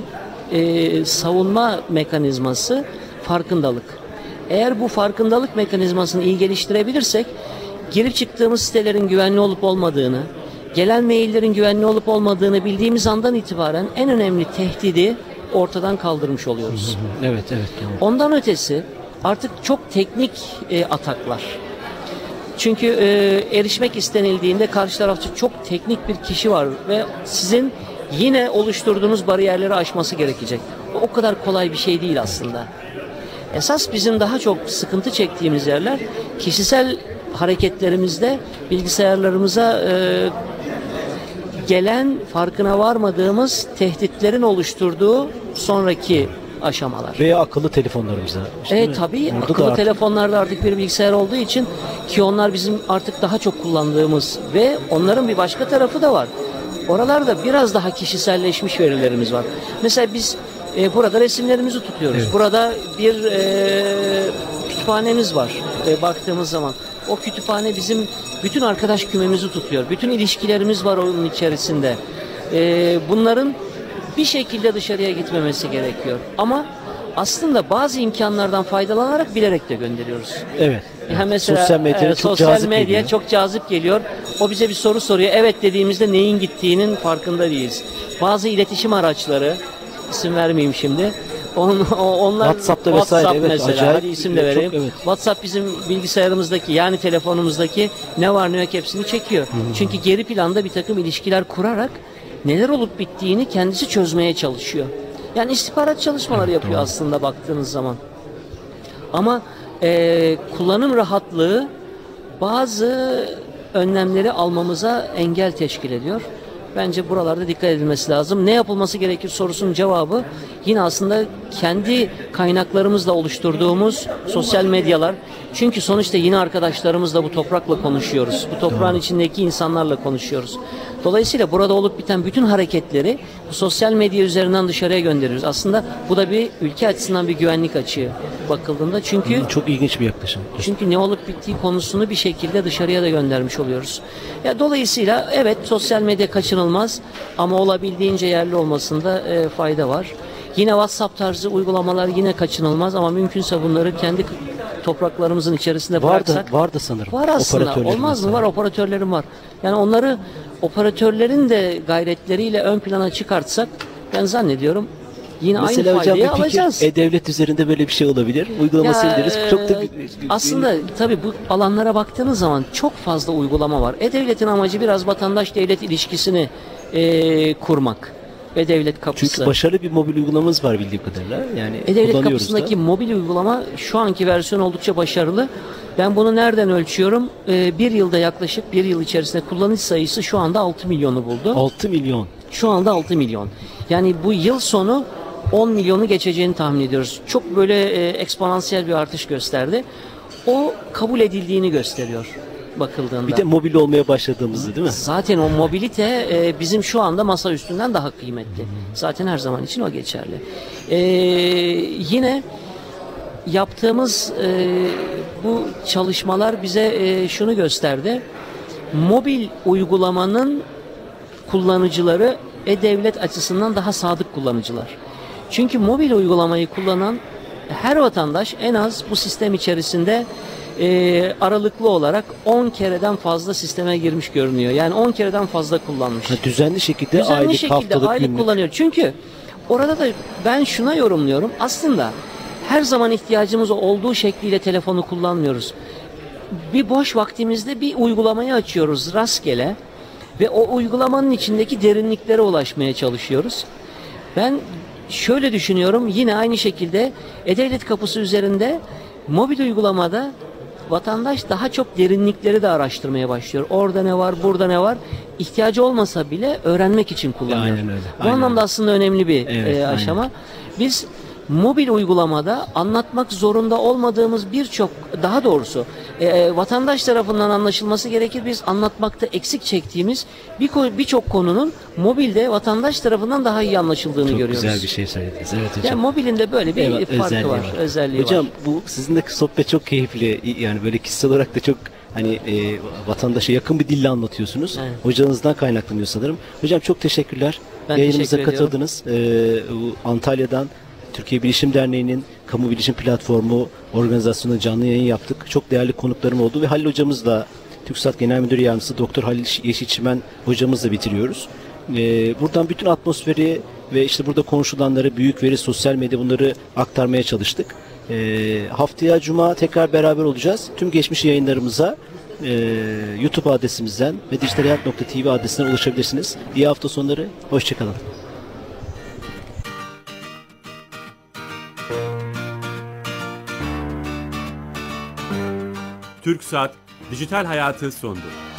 savunma mekanizması farkındalık. Eğer bu farkındalık mekanizmasını iyi geliştirebilirsek, girip çıktığımız sitelerin güvenli olup olmadığını, gelen maillerin güvenli olup olmadığını bildiğimiz andan itibaren en önemli tehdidi ortadan kaldırmış oluyoruz. Evet, evet. Tamam. Ondan ötesi artık çok teknik ataklar. Çünkü erişmek istenildiğinde karşı tarafta çok teknik bir kişi var ve sizin yine oluşturduğunuz bariyerleri aşması gerekecek. O kadar kolay bir şey değil aslında. Esas bizim daha çok sıkıntı çektiğimiz yerler kişisel hareketlerimizde bilgisayarlarımıza gelen farkına varmadığımız tehditlerin oluşturduğu sonraki aşamalar. Veya akıllı telefonlarımıza. Tabii akıllı telefonlarda artık bir bilgisayar olduğu için ki onlar bizim artık daha çok kullandığımız ve onların bir başka tarafı da var. Oralarda biraz daha kişiselleşmiş verilerimiz var. Mesela biz burada resimlerimizi tutuyoruz. Evet. Burada bir kütüphanemiz var baktığımız zaman. O kütüphane bizim bütün arkadaş kümemizi tutuyor. Bütün ilişkilerimiz var onun içerisinde. Bunların bir şekilde dışarıya gitmemesi gerekiyor. Ama aslında bazı imkanlardan faydalanarak bilerek de gönderiyoruz. Evet. Mesela, sosyal medya çok cazip geliyor. O bize bir soru soruyor. Evet dediğimizde neyin gittiğinin farkında değiliz. Bazı iletişim araçları, isim vermeyeyim şimdi. Onlar WhatsApp'ta vesaire, evet, mesela. Hadi isim de vereyim. Evet. WhatsApp bizim bilgisayarımızdaki yani telefonumuzdaki ne var ne yok hepsini çekiyor. Çünkü geri planda bir takım ilişkiler kurarak neler olup bittiğini kendisi çözmeye çalışıyor. Yani istihbarat çalışmaları yapıyor aslında baktığınız zaman. Ama kullanım rahatlığı bazı önlemleri almamıza engel teşkil ediyor. Bence buralarda dikkat edilmesi lazım. Ne yapılması gerekir sorusunun cevabı yine aslında kendi kaynaklarımızla oluşturduğumuz sosyal medyalar. Çünkü sonuçta yine arkadaşlarımızla bu toprakla konuşuyoruz. Bu toprağın içindeki insanlarla konuşuyoruz. Dolayısıyla burada olup biten bütün hareketleri bu sosyal medya üzerinden dışarıya gönderiyoruz. Aslında bu da bir ülke açısından bir güvenlik açığı bakıldığında. Çünkü çok ilginç bir yaklaşım. Çünkü ne olup bittiği konusunu bir şekilde dışarıya da göndermiş oluyoruz. Ya dolayısıyla evet sosyal medya kaçınılmaz ama olabildiğince yerli olmasında fayda var. Yine WhatsApp tarzı uygulamalar yine kaçınılmaz ama mümkünse bunları kendi topraklarımızın içerisinde bıraksak. Var da sanırım. Var aslında. Olmaz mı? Var, operatörlerim var. Yani onları operatörlerin de gayretleriyle ön plana çıkartsak ben zannediyorum yine mesela aynı faydayı alacağız. E-Devlet üzerinde böyle bir şey olabilir. Uygulaması indiririz. Çok da aslında tabii bu alanlara baktığınız zaman çok fazla uygulama var. E-Devlet'in amacı biraz vatandaş-devlet ilişkisini kurmak. E-Devlet kapısı. Çünkü başarılı bir mobil uygulamamız var bildiğim kadarıyla. Yani E-Devlet kapısındaki mobil uygulama şu anki versiyon oldukça başarılı. Ben bunu nereden ölçüyorum? Bir yılda yaklaşık bir yıl içerisinde kullanıcı sayısı şu anda 6 milyonu buldu. 6 milyon. Şu anda 6 milyon. Yani bu yıl sonu 10 milyonu geçeceğini tahmin ediyoruz. Çok böyle eksponansiyel bir artış gösterdi. O kabul edildiğini gösteriyor bakıldığında. Bir de mobil olmaya başladığımızı değil mi? Zaten o mobilite bizim şu anda masa üstünden daha kıymetli. Zaten her zaman için o geçerli. Yine yaptığımız bu çalışmalar bize şunu gösterdi. Mobil uygulamanın kullanıcıları e-devlet açısından daha sadık kullanıcılar. Çünkü mobil uygulamayı kullanan her vatandaş en az bu sistem içerisinde aralıklı olarak 10 kereden fazla sisteme girmiş görünüyor. Yani 10 kereden fazla kullanmış. Düzenli şekilde aylık günlük kullanıyor. Çünkü orada da ben şuna yorumluyorum. Aslında her zaman ihtiyacımız olduğu şekliyle telefonu kullanmıyoruz. Bir boş vaktimizde bir uygulamayı açıyoruz rastgele ve o uygulamanın içindeki derinliklere ulaşmaya çalışıyoruz. Ben şöyle düşünüyorum, yine aynı şekilde E-Devlet kapısı üzerinde mobil uygulamada vatandaş daha çok derinlikleri de araştırmaya başlıyor. Orada ne var, burada ne var? İhtiyacı olmasa bile öğrenmek için kullanıyor. Aynen öyle. Bu anlamda aslında önemli bir aşama. Biz mobil uygulamada anlatmak zorunda olmadığımız birçok, daha doğrusu vatandaş tarafından anlaşılması gerekir. Biz anlatmakta eksik çektiğimiz birçok konunun mobilde vatandaş tarafından daha iyi anlaşıldığını görüyoruz. Çok güzel bir şey söylediniz. Evet hocam. Yani mobilin de böyle bir farkı var, özelliği hocam, var. bu sizinle sohbet çok keyifli. Yani böyle kişisel olarak da çok vatandaşa yakın bir dille anlatıyorsunuz. Evet. Hocanızdan kaynaklanıyor sanırım. Hocam çok teşekkürler. Ben Yayınımıza teşekkür katıldınız. Antalya'dan Türkiye Bilişim Derneği'nin Kamu Bilişim Platformu organizasyonunda canlı yayın yaptık. Çok değerli konuklarım oldu ve Halil hocamızla, TürkSat Genel Müdür Yardımcısı Doktor Halil Yeşilçimen hocamızla bitiriyoruz. Buradan bütün atmosferi ve işte burada konuşulanları, büyük veri, sosyal medya, bunları aktarmaya çalıştık. Haftaya Cuma tekrar beraber olacağız. Tüm geçmiş yayınlarımıza YouTube adresimizden ve dijitalhayat.tv adresinden ulaşabilirsiniz. İyi hafta sonları, hoşçakalın. TürkSat Dijital Hayatı sondu.